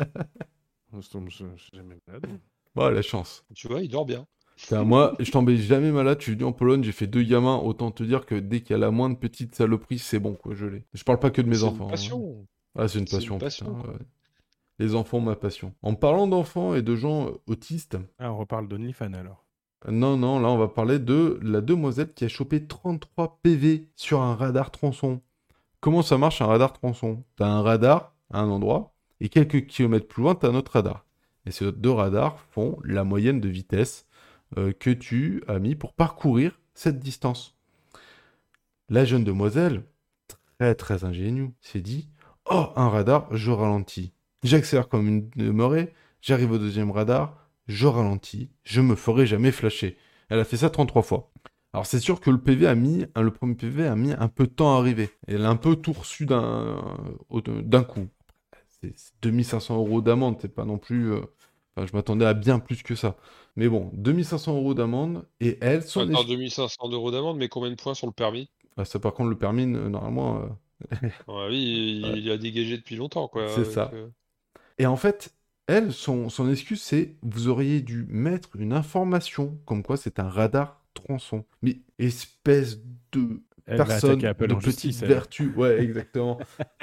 Je tombe- je- je suis jamais malade. Bah, la chance. Tu vois, il dort bien. Putain, moi, je tombais jamais malade. Je suis venu en Pologne, j'ai fait deux gamins. Autant te dire que dès qu'il y a la moindre petite saloperie, c'est bon, quoi, je l'ai. Je parle pas que de Mais mes c'est une enfants. Hein. passion. Ah, c'est une C'est une passion, putain. passion. Ouais. Les enfants, ma passion. En parlant d'enfants et de gens euh, autistes, Ah, on reparle d'OnlyFans alors. non, non, là, on va parler de la demoiselle qui a chopé trente-trois P V sur un radar tronçon. Comment ça marche un radar tronçon? T'as un radar à un endroit, et quelques kilomètres plus loin, t'as un autre radar. Et ces deux radars font la moyenne de vitesse euh, que tu as mis pour parcourir cette distance. La jeune demoiselle, très très ingénue, s'est dit « Oh, un radar, je ralentis. J'accélère comme une demeurée, j'arrive au deuxième radar, je ralentis, je me ferai jamais flasher. » Elle a fait ça trente-trois fois. Alors c'est sûr que le P V a mis, hein, le premier P V a mis un peu de temps à arriver. Elle a un peu tout reçu d'un au- d'un coup. C'est c'est deux mille cinq cents euros d'amende, c'est pas non plus... euh, Enfin, je m'attendais à bien plus que ça. Mais bon, deux mille cinq cents euros d'amende, et elle, son... Attends, ex- deux mille cinq cents euros d'amende, mais combien de points sur le permis? Ah, ça par contre, le permis, euh, normalement... euh, Ah oui, ouais, il, il a dégagé depuis longtemps, quoi. c'est Avec, ça. euh, Et en fait, elle, son, son excuse, c'est vous auriez dû mettre une information comme quoi c'est un radar tronçon. Mais espèce de Elle va personne attaquer Apple de en petite justice, elle. vertu. Ouais, exactement.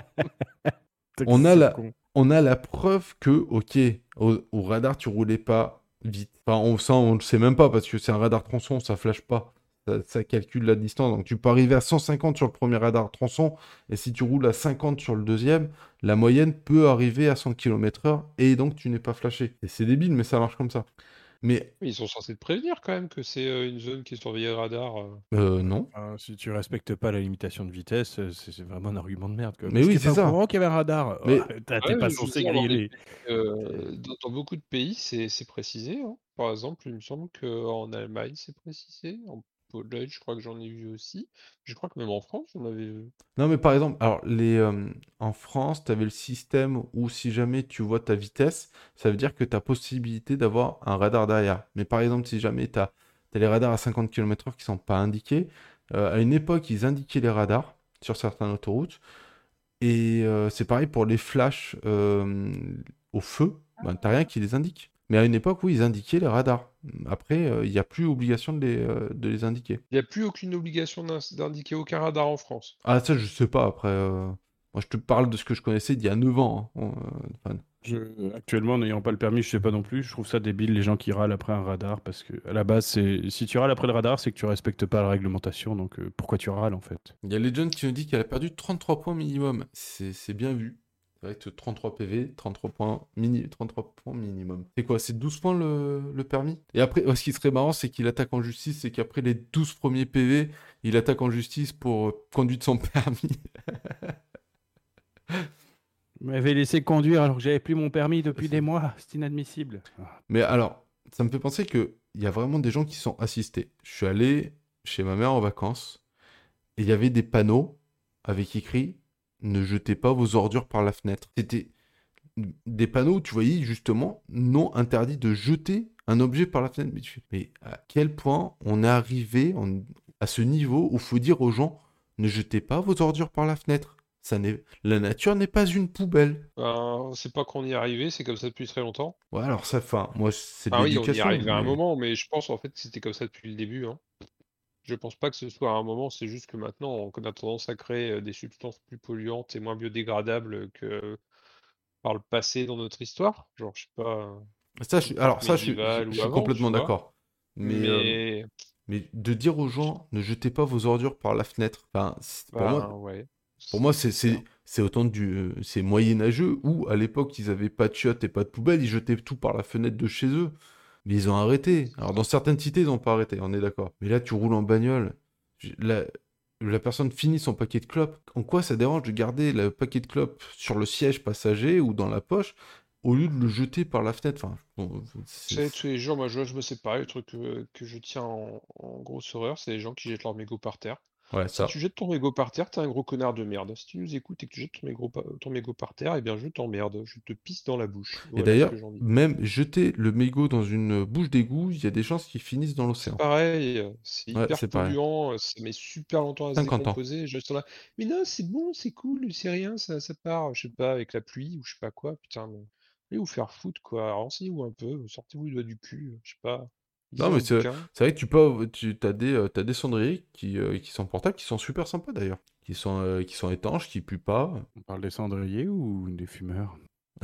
Putain, On que a c'est la, con. on a la preuve que, ok, au, au radar, tu roulais pas vite. Enfin, on, ça, on le sait même pas parce que c'est un radar tronçon, ça flash pas. Ça, ça calcule la distance. Donc, tu peux arriver à cent cinquante sur le premier radar tronçon. Et si tu roules à cinquante sur le deuxième, la moyenne peut arriver à cent kilomètres heure. Et donc, tu n'es pas flashé. Et c'est débile, mais ça marche comme ça. Mais, mais ils sont censés te prévenir quand même que c'est euh, une zone qui est surveillée radar. euh. euh, non. Enfin, si tu respectes pas la limitation de vitesse, euh, c'est c'est vraiment un argument de merde. Quoi. Mais Parce oui, qu'il est c'est pas au ça. courant qu'il y avait un radar. Oh, Mais t'as- T'es Ouais, pas je veux censé dire, dans, griller les les... pays, euh, dans, dans beaucoup de pays, c'est c'est précisé. Hein. Par exemple, il me semble qu'en Allemagne, c'est précisé. En Pologne, je crois que j'en ai vu aussi. Je crois que même en France, on avait vu. non, mais par exemple, alors les, euh, en France, tu avais le système où si jamais tu vois ta vitesse, ça veut dire que tu as possibilité d'avoir un radar derrière. Mais par exemple, si jamais tu as, les radars à cinquante kilomètres heure qui sont pas indiqués, euh, à une époque, ils indiquaient les radars sur certaines autoroutes. Et euh, c'est pareil pour les flashs euh, au feu, ben, t'as rien qui les indique. Mais à une époque, oui, ils indiquaient les radars. Après, euh, il n'y a plus obligation de les, euh, de les indiquer. Il n'y a plus aucune obligation d'in- d'indiquer aucun radar en France. Ah, ça, je sais pas. Après, euh, moi, je te parle de ce que je connaissais d'il y a neuf ans. Hein, euh, Fan. Je- Actuellement, n'ayant pas le permis, je sais pas non plus. Je trouve ça débile les gens qui râlent après un radar parce que à la base, c'est si tu râles après le radar, c'est que tu respectes pas la réglementation. Donc euh, pourquoi tu râles en fait? Il y a Legend qui nous dit qu'elle a perdu trente-trois points minimum. C'est c'est bien vu. C'est vrai que trente-trois P V, trente-trois points, mini, trente-trois points minimum. C'est quoi? C'est douze points le, le permis? Et après, oh, ce qui serait marrant, c'est qu'il attaque en justice, c'est qu'après les douze premiers P V, il attaque en justice pour euh, conduite sans permis. Vous m'avez laissé conduire alors que j'avais plus mon permis depuis C'est- des mois. C'est inadmissible. Ah. Mais alors, ça me fait penser qu'il y a vraiment des gens qui sont assistés. Je suis allé chez ma mère en vacances et il y avait des panneaux avec écrit « Ne jetez pas vos ordures par la fenêtre ». C'était des panneaux où tu voyais justement « Non interdit de jeter un objet par la fenêtre ». Mais, tu fais, mais à quel point on est arrivé en- à ce niveau où il faut dire aux gens « Ne jetez pas vos ordures par la fenêtre ». Ça n'est... La nature n'est pas une poubelle. Ben, c'est pas qu'on y est arrivé, c'est comme ça depuis très longtemps. Ouais, alors ça, enfin, moi, c'est de Ah oui, on y est l'éducation, arrivé à un mais... moment, mais je pense en fait que c'était comme ça depuis le début. Hein. Je pense pas que ce soit à un moment, c'est juste que maintenant on a tendance à créer euh, des substances plus polluantes et moins biodégradables que par le passé dans notre histoire. Genre, je sais pas, Ça, je suis... Alors l'époque ça, je suis, je- médiévale je ou suis avant, tu complètement vois. d'accord. Mais, euh, Mais, mais de dire aux gens, ne jetez pas vos ordures par la fenêtre, enfin, c'est- pour moi, ben ouais. Pour moi, C'est c'est, clair. c'est, c'est autant du, euh, c'est moyenâgeux où à l'époque ils avaient pas de chiottes et pas de poubelle, ils jetaient tout par la fenêtre de chez eux. Mais ils ont arrêté. C'est Alors ça. dans certaines cités, ils ont pas arrêté, on est d'accord. Mais là, tu roules en bagnole, j'ai- la, la personne finit son paquet de clopes. En quoi ça dérange de garder le paquet de clopes sur le siège passager ou dans la poche au lieu de le jeter par la fenêtre? Enfin, bon, Tu c'est... sais, tous les jours, moi, je, je me sépare. Le truc que, que je tiens en, en grosse horreur, c'est les gens qui jettent leur mégot par terre. Ouais, Si ça. tu jettes ton mégot par terre, t'es un gros connard de merde. Si tu nous écoutes et que tu jettes ton mégot, pa- ton mégot par terre, eh bien, je t'emmerde. Je te pisse dans la bouche. Et Voilà ce d'ailleurs, que j'ai envie de dire. même jeter le mégot dans une bouche d'égout, il y a des chances qu'ils finissent dans C'est l'océan. pareil, euh, c'est Ouais, hyper c'est pareil. polluant, euh, ça met super longtemps à se cinquante ans. décomposer. Je reste là, mais non, c'est bon, c'est cool, c'est rien, ça, ça part, je sais pas, avec la pluie ou je sais pas quoi, putain, mais allez vous faire foutre, quoi. Renseignez-vous un peu, sortez-vous les doigts du cul, je sais pas, Non, lisez mais un c'est bouquin. c'est vrai que tu peux, tu as des, euh, t'as des cendriers qui, euh, qui sont portables, qui sont super sympas d'ailleurs. Qui sont, euh, qui sont étanches, qui puent pas. On parle des cendriers ou des fumeurs?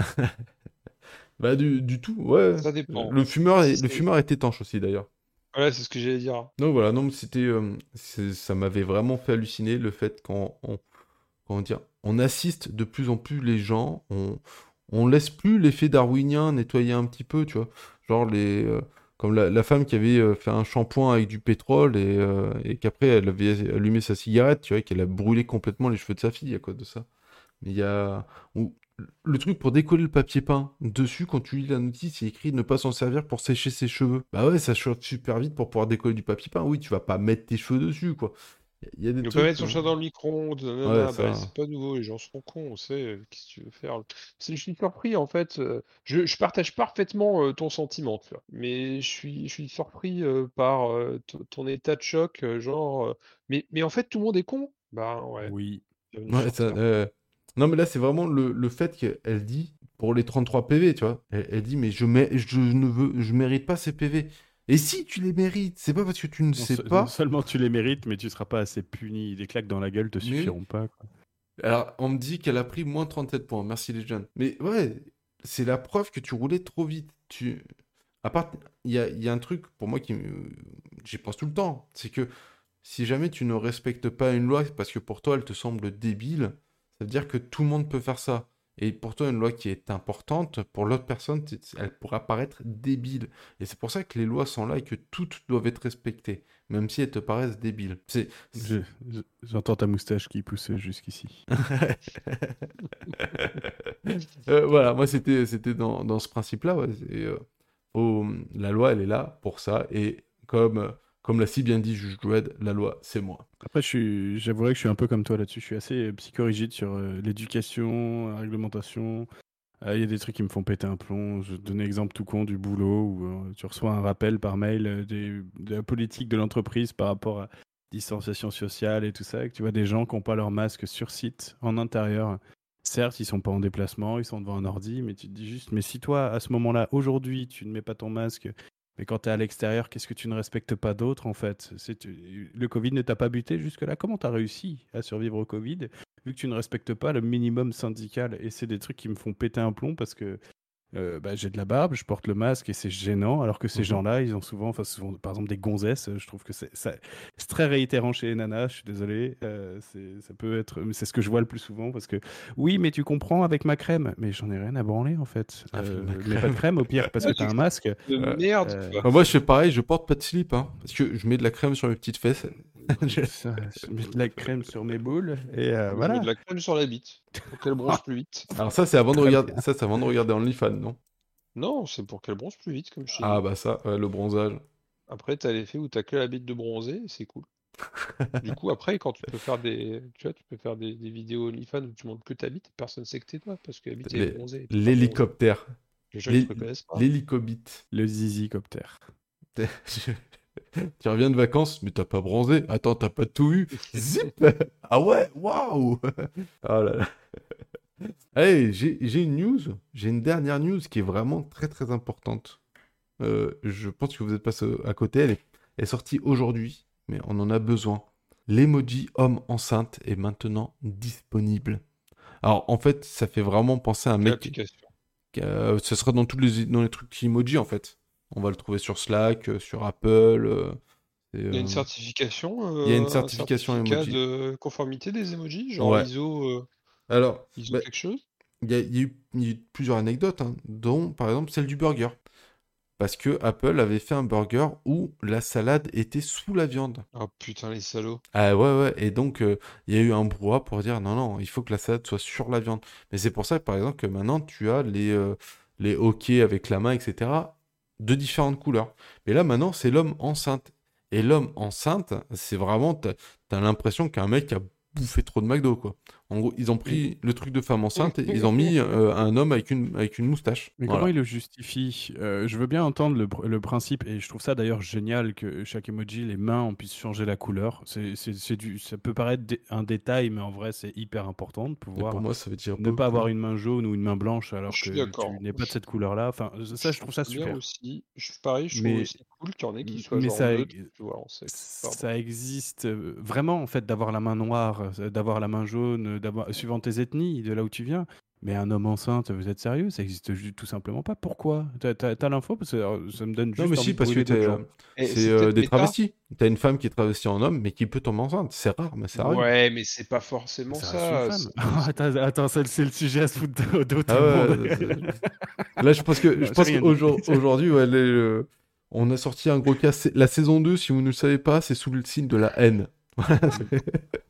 Bah, du, du tout, ouais. Ça dépend. Le fumeur Si est, le c'est... fumeur est étanche aussi d'ailleurs. Voilà, c'est ce que j'allais dire. Donc voilà, non, mais c'était, euh, c'est- ça m'avait vraiment fait halluciner le fait qu'on, on, comment dire, on assiste de plus en plus les gens, on, on laisse plus l'effet darwinien nettoyer un petit peu, tu vois. Genre les, euh, comme la, la femme qui avait euh, fait un shampoing avec du pétrole et, euh, et qu'après elle avait allumé sa cigarette, tu vois, et qu'elle a brûlé complètement les cheveux de sa fille à cause de ça. Mais il y a, ou- le truc pour décoller le papier peint dessus, quand tu lis la notice, il est écrit ne pas s'en servir pour sécher ses cheveux. Bah ouais, ça chauffe super vite pour pouvoir décoller du papier peint. Oui, tu vas pas mettre tes cheveux dessus, quoi. Il y a des Ne pas mettre trucs. son euh, chat dans le micro-ondes, Ouais, nanana, bah c'est ça. pas nouveau, les gens sont cons, on sait, euh, qu'est-ce que tu veux faire? C'est, je suis surpris en fait, euh, je, je partage parfaitement euh, ton sentiment, tu vois, mais je suis, je suis surpris euh, par euh, ton ton état de choc, euh, genre, euh, mais, mais en fait tout le monde est con? Bah ouais, Oui. bienvenue Ouais, sur ça, Terre. euh, non, mais là, c'est vraiment le, le fait qu'elle dit, pour les trente-trois P V, tu vois, elle, elle dit, mais je, mé- je ne veux, je mérite pas ces P V. Et si tu les mérites, c'est pas parce que tu ne Non, sais se- non pas. seulement tu les mérites, mais tu seras pas assez puni. Des claques dans la gueule te Mais oui. suffiront pas, quoi. Alors, on me dit qu'elle a pris moins trente-sept points. Merci les jeunes. Mais ouais, c'est la preuve que tu roulais trop vite. Tu... À part, il y a, il y a un truc pour moi qui me... J'y pense tout le temps. C'est que si jamais tu ne respectes pas une loi parce que pour toi elle te semble débile, ça veut dire que tout le monde peut faire ça. Et pour toi, une loi qui est importante, pour l'autre personne, t- elle pourra paraître débile. Et c'est pour ça que les lois sont là et que toutes doivent être respectées, même si elles te paraissent débiles. C'est... Je- je- J'entends ta moustache qui pousse jusqu'ici. Euh, voilà, moi c'était c'était dans, dans ce principe-là. Ouais. C'est, euh, faut- la loi, elle est là pour ça. Et comme, euh, comme l'a si bien dit Juge Dredd, la loi, c'est moi. Après, je suis, j'avouerai que je suis un peu comme toi là-dessus. Je suis assez euh, psychorigide sur euh, l'éducation, la réglementation. Euh, Il y a des trucs qui me font péter un plomb. Je vais te donner l'exemple tout con du boulot où euh, tu reçois un rappel par mail euh, des- de la politique de l'entreprise par rapport à distanciation sociale et tout ça. Et que tu vois des gens qui n'ont pas leur masque sur site, en intérieur. Certes, ils sont pas en déplacement, ils sont devant un ordi, mais tu te dis juste, mais si toi, à ce moment-là, aujourd'hui, tu ne mets pas ton masque, mais quand tu es à l'extérieur, qu'est-ce que tu ne respectes pas d'autre, en fait? C'est, tu- le Covid ne t'a pas buté jusque-là. Comment tu as réussi à survivre au Covid, vu que tu ne respectes pas le minimum syndical? Et c'est des trucs qui me font péter un plomb parce que euh, bah, j'ai de la barbe, je porte le masque et c'est gênant, alors que ces Mhm. gens-là, ils ont souvent, enfin, souvent, par exemple, des gonzesses. euh, Je trouve que c'est ça- c'est très réitérant chez les nanas, je suis désolé. euh, c'est, ça peut être, mais c'est ce que je vois le plus souvent parce que, oui, mais tu comprends avec ma crème, mais j'en ai rien à branler en fait. Avec Euh, ma mets pas de crème. crème au pire parce Ah, que tu t'as un masque. de Ouais. merde, euh, quoi. Bah, moi, je fais pareil, je porte pas de slip, hein, parce que je mets de la crème sur mes petites fesses. Je- ça, je mets de la crème sur mes boules et euh, Moi, je mets de voilà. la crème sur la bite, pour qu'elle bronze plus vite. Alors ça, c'est avant de Très regarder, bien. ça, c'est avant de regarder OnlyFans, non? Non, c'est pour qu'elle bronze plus vite, comme je t'ai Ah dit. bah ça, ouais, le bronzage. Après, t'as l'effet où t'as que la bite de bronzer, et c'est cool. Du coup, après, quand tu peux faire des, tu vois, tu peux faire des, des vidéos OnlyFans où tu montres que ta bite, personne sait que t'es toi, parce que la bite elle est Les- bronzée, et t'es pas bronzé. L'hélicoptère. Les gens ils te L'hé- reconnaissent pas. L'hélicobite. Le zizicopter. Tu reviens de vacances, mais t'as pas bronzé. Attends, t'as pas tout eu. Zip! Ah ouais, waouh! Oh là là. Allez, j'ai j'ai une news. J'ai une dernière news qui est vraiment très très importante. Euh, je pense que vous êtes passé à côté. Elle est, elle est sortie aujourd'hui, mais on en a besoin. L'emoji homme enceinte est maintenant disponible. Alors en fait, ça fait vraiment penser à un Quelle mec. application? Euh, ce sera dans tous les, dans les trucs emoji en fait. On va le trouver sur Slack, euh, sur Apple. euh, C'est, Il y a une euh, certification, Il y a une euh, un certification certificat emoji. de conformité des emojis, genre Ouais. I S O, euh, Alors, I S O bah, quelque chose? il y a, il y a eu, il y a eu plusieurs anecdotes, hein, dont par exemple celle du burger. Parce que Apple avait fait un burger où la salade était sous la viande. Oh putain, les salauds. Ah ouais, ouais. Et donc, euh, il y a eu un brouhaha pour dire non, non, il faut que la salade soit sur la viande. Mais c'est pour ça, par exemple, que maintenant, tu as les, euh, les hockey avec la main, et cetera, de différentes couleurs. Mais là, maintenant, c'est l'homme enceinte. Et l'homme enceinte, c'est vraiment, t'as, t'as l'impression qu'un mec a bouffé trop de McDo, quoi. En gros, ils ont Mais, pris le truc de femme enceinte et ils ont mis euh, un homme avec une, avec une moustache. mais comment Voilà. il le justifie? Euh, Je veux bien entendre le, pr- le principe, et je trouve ça d'ailleurs génial que chaque emoji, les mains, on puisse changer la couleur. C'est, c'est, c'est du, ça peut paraître dé- un détail, mais en vrai, c'est hyper important de Et pour pouvoir moi, ça veut dire ne pas beaucoup. avoir une main jaune ou une main blanche alors Je suis que tu d'accord. n'es pas de Je, cette couleur-là. Enfin, ça, je je trouve trouve ça ça bien super. aussi. Je, pareil, je trouve Mais, aussi cool qu'il y en ait qui soient mais genre ça, neutres, tu vois, en sec. Pardon. ça existe euh, vraiment, en fait, d'avoir la main noire, euh, d'avoir la main jaune, euh, d'avoir, suivant tes ethnies, de là où tu viens. Mais un homme enceinte, vous êtes sérieux? Ça existe ju- tout simplement pas. Pourquoi? T'as, t'as- t'as l'info? Parce que euh, ça me donne Non, mais juste envie si, de parce que brûler t'es, d'autres euh, gens. Et c'est c'est euh, peut-être des méta? travestis. T'as une femme qui est travestie en homme, mais qui peut tomber enceinte. C'est rare, mais ça arrive. Ouais, mais c'est pas forcément Ça reste une ça. femme. c'est- c'est- attends, attends, c'est c'est le sujet à se foutre de, de tout Ah le monde. ouais. c'est- Là, je pense que, Non, je j'ai pense rien dit. qu'aujourd'hui, ouais, les, euh, on a sorti un gros cas. C'est- La saison deux, si vous ne le savez pas, c'est sous le signe de la haine. Voilà, c'est-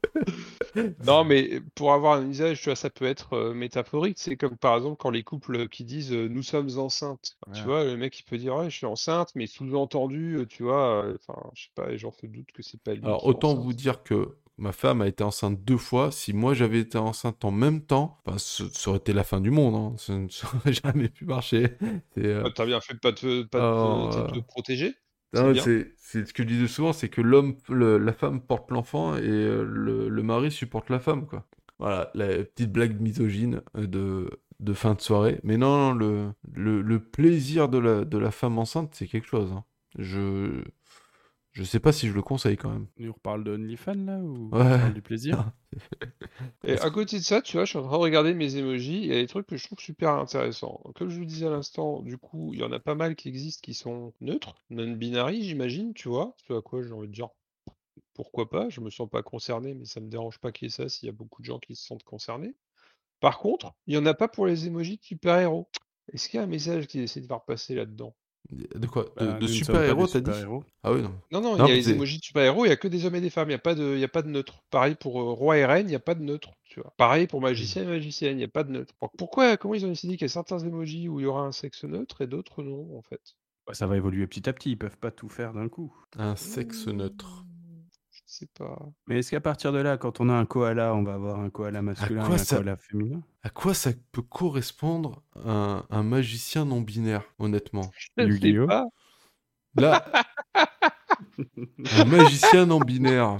Non, mais pour avoir un usage, tu vois, ça peut être euh, métaphorique. C'est comme par exemple quand les couples qui disent euh, nous sommes enceintes. Tu Voilà. vois, le mec il peut dire ouais, je suis enceinte, mais sous-entendu, euh, tu vois, euh, enfin, je sais pas, les gens se doutent que c'est pas lui Alors, qui est autant vous enceinte. dire que ma femme a été enceinte deux fois. Si moi j'avais été enceinte en même temps, bah, ce- ça aurait été la fin du monde, hein. Ça ne ça aurait jamais pu marcher. C'est, euh, Bah, t'as bien fait de pas te, pas te, alors, t'es euh, te protéger, c'est non, bien. c'est c'est ce que je disais souvent, c'est que l'homme, le- la femme porte l'enfant et euh, le, le mari supporte la femme, quoi. Voilà, la petite blague misogyne euh, de, de fin de soirée. Mais non, non, le, le, le plaisir de la, de la femme enceinte, c'est quelque chose, hein. Je, je sais pas si je le conseille quand même. On reparle de OnlyFans là ou on Ouais. parle du plaisir? Et Parce à que- côté de ça, tu vois, je suis en train de regarder mes emojis, il y a des trucs que je trouve super intéressants. Comme je vous disais à l'instant, du coup, il y en a pas mal qui existent qui sont neutres, non-binary, j'imagine, tu vois. Ce à quoi j'ai envie de dire, pourquoi pas, je me sens pas concerné, mais ça me dérange pas qu'il y ait ça s'il y a beaucoup de gens qui se sentent concernés. Par contre, il y en a pas pour les emojis de super-héros. Est-ce qu'il y a un message qu'ils essaient de faire passer là-dedans? De quoi? De, Bah, de nous ne sommes pas des super-héros, t'as dit? Mmh. super-héros. Ah oui, non. Non, non, il Non, y a les c'est... emojis de super-héros, il y a que des hommes et des femmes, il y a pas de, il y a pas de neutre. Pareil pour euh, roi et reine, il y a pas de neutre, tu vois. Pareil pour magicien et magicienne, il y a pas de neutre. Alors, pourquoi, comment ils ont décidé qu'il y a certains emojis où il y aura un sexe neutre et d'autres non, en fait? Bah, ça va évoluer petit à petit, ils peuvent pas tout faire d'un coup. Un sexe neutre. Mmh, Je sais pas. Mais est-ce qu'à partir de là, quand on a un koala, on va avoir un koala À masculin quoi et un ça... koala féminin? À quoi ça peut correspondre un, un magicien non binaire, honnêtement? Je ne sais Yu-Gi-Oh! pas. Là, un magicien non binaire.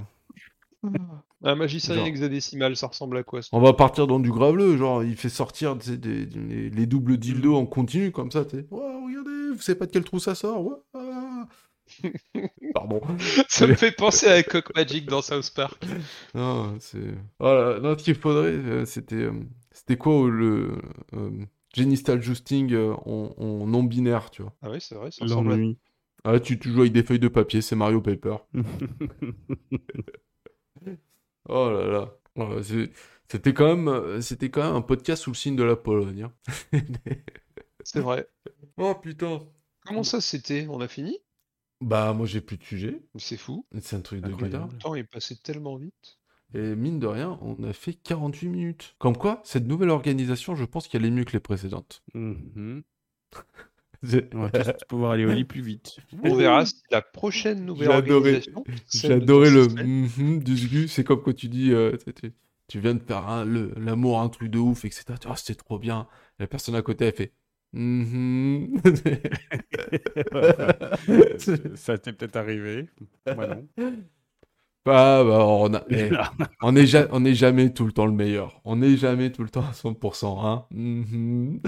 Un magicien Genre, hexadécimal, ça ressemble à quoi ce on va truc? partir dans du graveleux, genre, il fait sortir tu sais, des, des- les doubles dildos en continu, comme ça, tu sais. Ouais, regardez, vous savez pas de quel trou ça sort? Ouais, ah. Pardon. Ça me fait penser à Coq Magic dans South Park. Non, c'est... Voilà, non, ce qu'il faudrait, euh, c'était... euh, c'était quoi euh, le... euh, Genital Jousting euh, en, en non-binaire, tu vois. Ah oui, c'est vrai, ça ressemble à... L'ennui. Ah, tu, tu joues avec des feuilles de papier, c'est Mario Paper. Oh là là. Oh, c'est- c'était quand même, euh, c'était quand même un podcast sous le signe de la Pologne, hein. C'est vrai. Oh putain. Comment ça c'était? On a fini? Bah, moi j'ai plus de sujet. Mais c'est fou. C'est un truc de Incroyable. gaillard. Le temps est passé tellement vite. Et mine de rien, on a fait quarante-huit minutes. Comme quoi, cette nouvelle organisation, je pense qu'elle est mieux que les précédentes. Mhm. J'ai On va tous pouvoir aller au lit plus vite. On verra si la prochaine nouvelle J'ai adoré, organisation, j'ai celle de adoré le Consistent, mhm du Zgu. C'est comme quand tu dis, euh, tu, tu- tu viens de faire un- le- l'amour, un truc de ouf, et cetera. Tu vois, c'était trop bien. Et la personne à côté, elle fait mhm. Ça t'est peut-être arrivé. Moi non. Bah, bah, on a, eh, on est ja- on est jamais tout le temps le meilleur. On n'est jamais tout le temps à cent pour cent, hein. Mhm.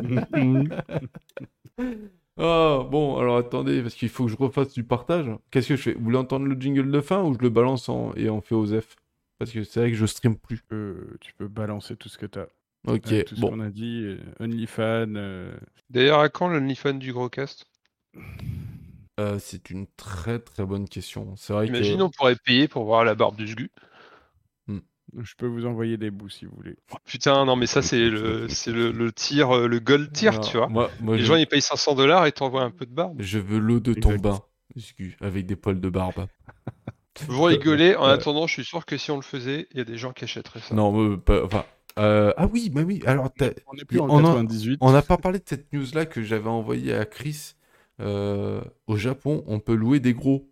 Ah, bon, alors attendez, parce qu'il faut que je refasse du partage. Qu'est-ce que je fais? Vous voulez entendre le jingle de fin ou je le balance en- et on fait aux F? Parce que c'est vrai que je stream plus. Tu peux, tu peux balancer tout ce que t'as. Ok, Avec tout ce bon. qu'on a dit. euh, OnlyFans. euh, D'ailleurs, à quand l'OnlyFans du Groscast? Euh, c'est une très très bonne question. C'est vrai Imagine, que... on pourrait payer pour voir la barbe du Sgu. Je peux vous envoyer des bouts si vous voulez. Putain, non, mais ça, c'est le, c'est le, le tir, euh, le gold tier, Non, tu vois. moi, moi Les je, gens, ils payent cinq cents dollars et t'envoient un peu de barbe. je veux l'eau de ton Exact. bain, Sgu, avec des poils de barbe. Vous rigolez, en Ouais. attendant, je suis sûr que si on le faisait, il y a des gens qui achèteraient ça. Non, euh, pas- enfin... euh, ah oui, bah oui, alors... t'as- On n'est plus en on a- quatre-vingt-dix-huit. On n'a pas parlé de cette news-là que j'avais envoyée à Chris. Euh, au Japon, on peut louer des gros.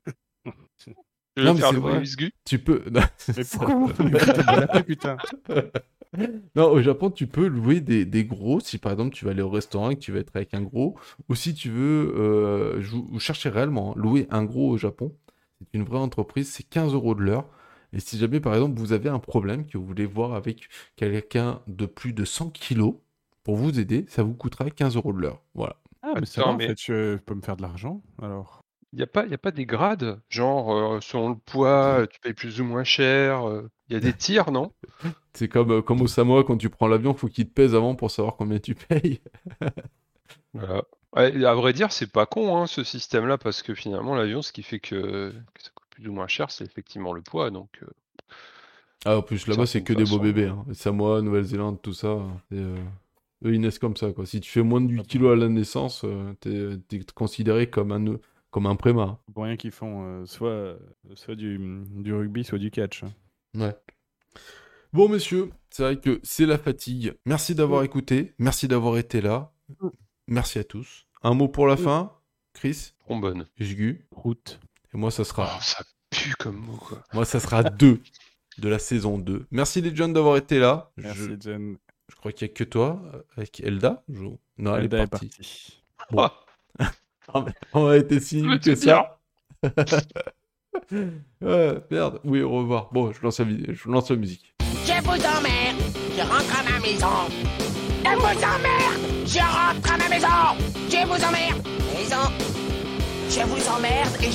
Je Non, vais mais faire c'est le vrai. Sgu. Tu peux... Mais pourquoi vous me l'appelez, putain? Non, au Japon, tu peux louer des, des gros. Si par exemple tu vas aller au restaurant et que tu vas être avec un gros, ou si tu veux, euh, je vous, vous cherchez réellement, hein, louer un gros au Japon, c'est une vraie entreprise, c'est quinze euros de l'heure. Et si jamais par exemple vous avez un problème que vous voulez voir avec quelqu'un de plus de cent kilos, pour vous aider, ça vous coûtera quinze euros de l'heure. Voilà. Ah, mais ça Attends, va, en mais- fait, je peux me faire de l'argent, alors. Il n'y a, pas- y a pas des grades, genre euh, selon le poids, tu payes plus ou moins cher. Il y a des tirs, non? C'est comme, euh, comme au Samoa, quand tu prends l'avion, faut qu'il te pèse avant pour savoir combien tu payes. Voilà. Ouais, à vrai dire, c'est pas con hein, ce système-là, parce que finalement, l'avion, ce qui fait que, que ça coûte plus ou moins cher, c'est effectivement le poids. Donc, euh, Ah, en plus, là-bas, c'est certaine que des beaux façon, bébés. euh, Hein. Les Samoa, Nouvelle-Zélande, tout ça. c'est, euh, Eux, ils naissent comme ça, quoi. Si tu fais moins de huit kilos à la naissance, euh, t'es, t'es considéré comme un, comme un prémat. Hein. Pour rien qu'ils font euh, soit, soit du, du rugby, soit du catch. Ouais. Bon, messieurs, c'est vrai que c'est la fatigue. Merci d'avoir écouté. Merci d'avoir été là. Merci à tous. Un mot pour la fin, Chris, trombone. Jgu. Route. Et moi, ça Oh, sera, ça pue comme mot, quoi. moi, ça sera deux de la saison deux. Merci les jeunes d'avoir été là. Merci, Je, Jen. je crois qu'il n'y a que toi, euh, avec Elda. Je- Non, elle Elda est est partie. partie. Bon. Ah, mais on a été si nul Veux-tu que ça. Ouais, merde. Oui, au revoir. Bon, je lance la, vid- je lance la musique. Je vous emmerde, je rentre à ma maison. Je vous emmerde, je rentre à ma maison. Je vous emmerde, maison. Je vous emmerde et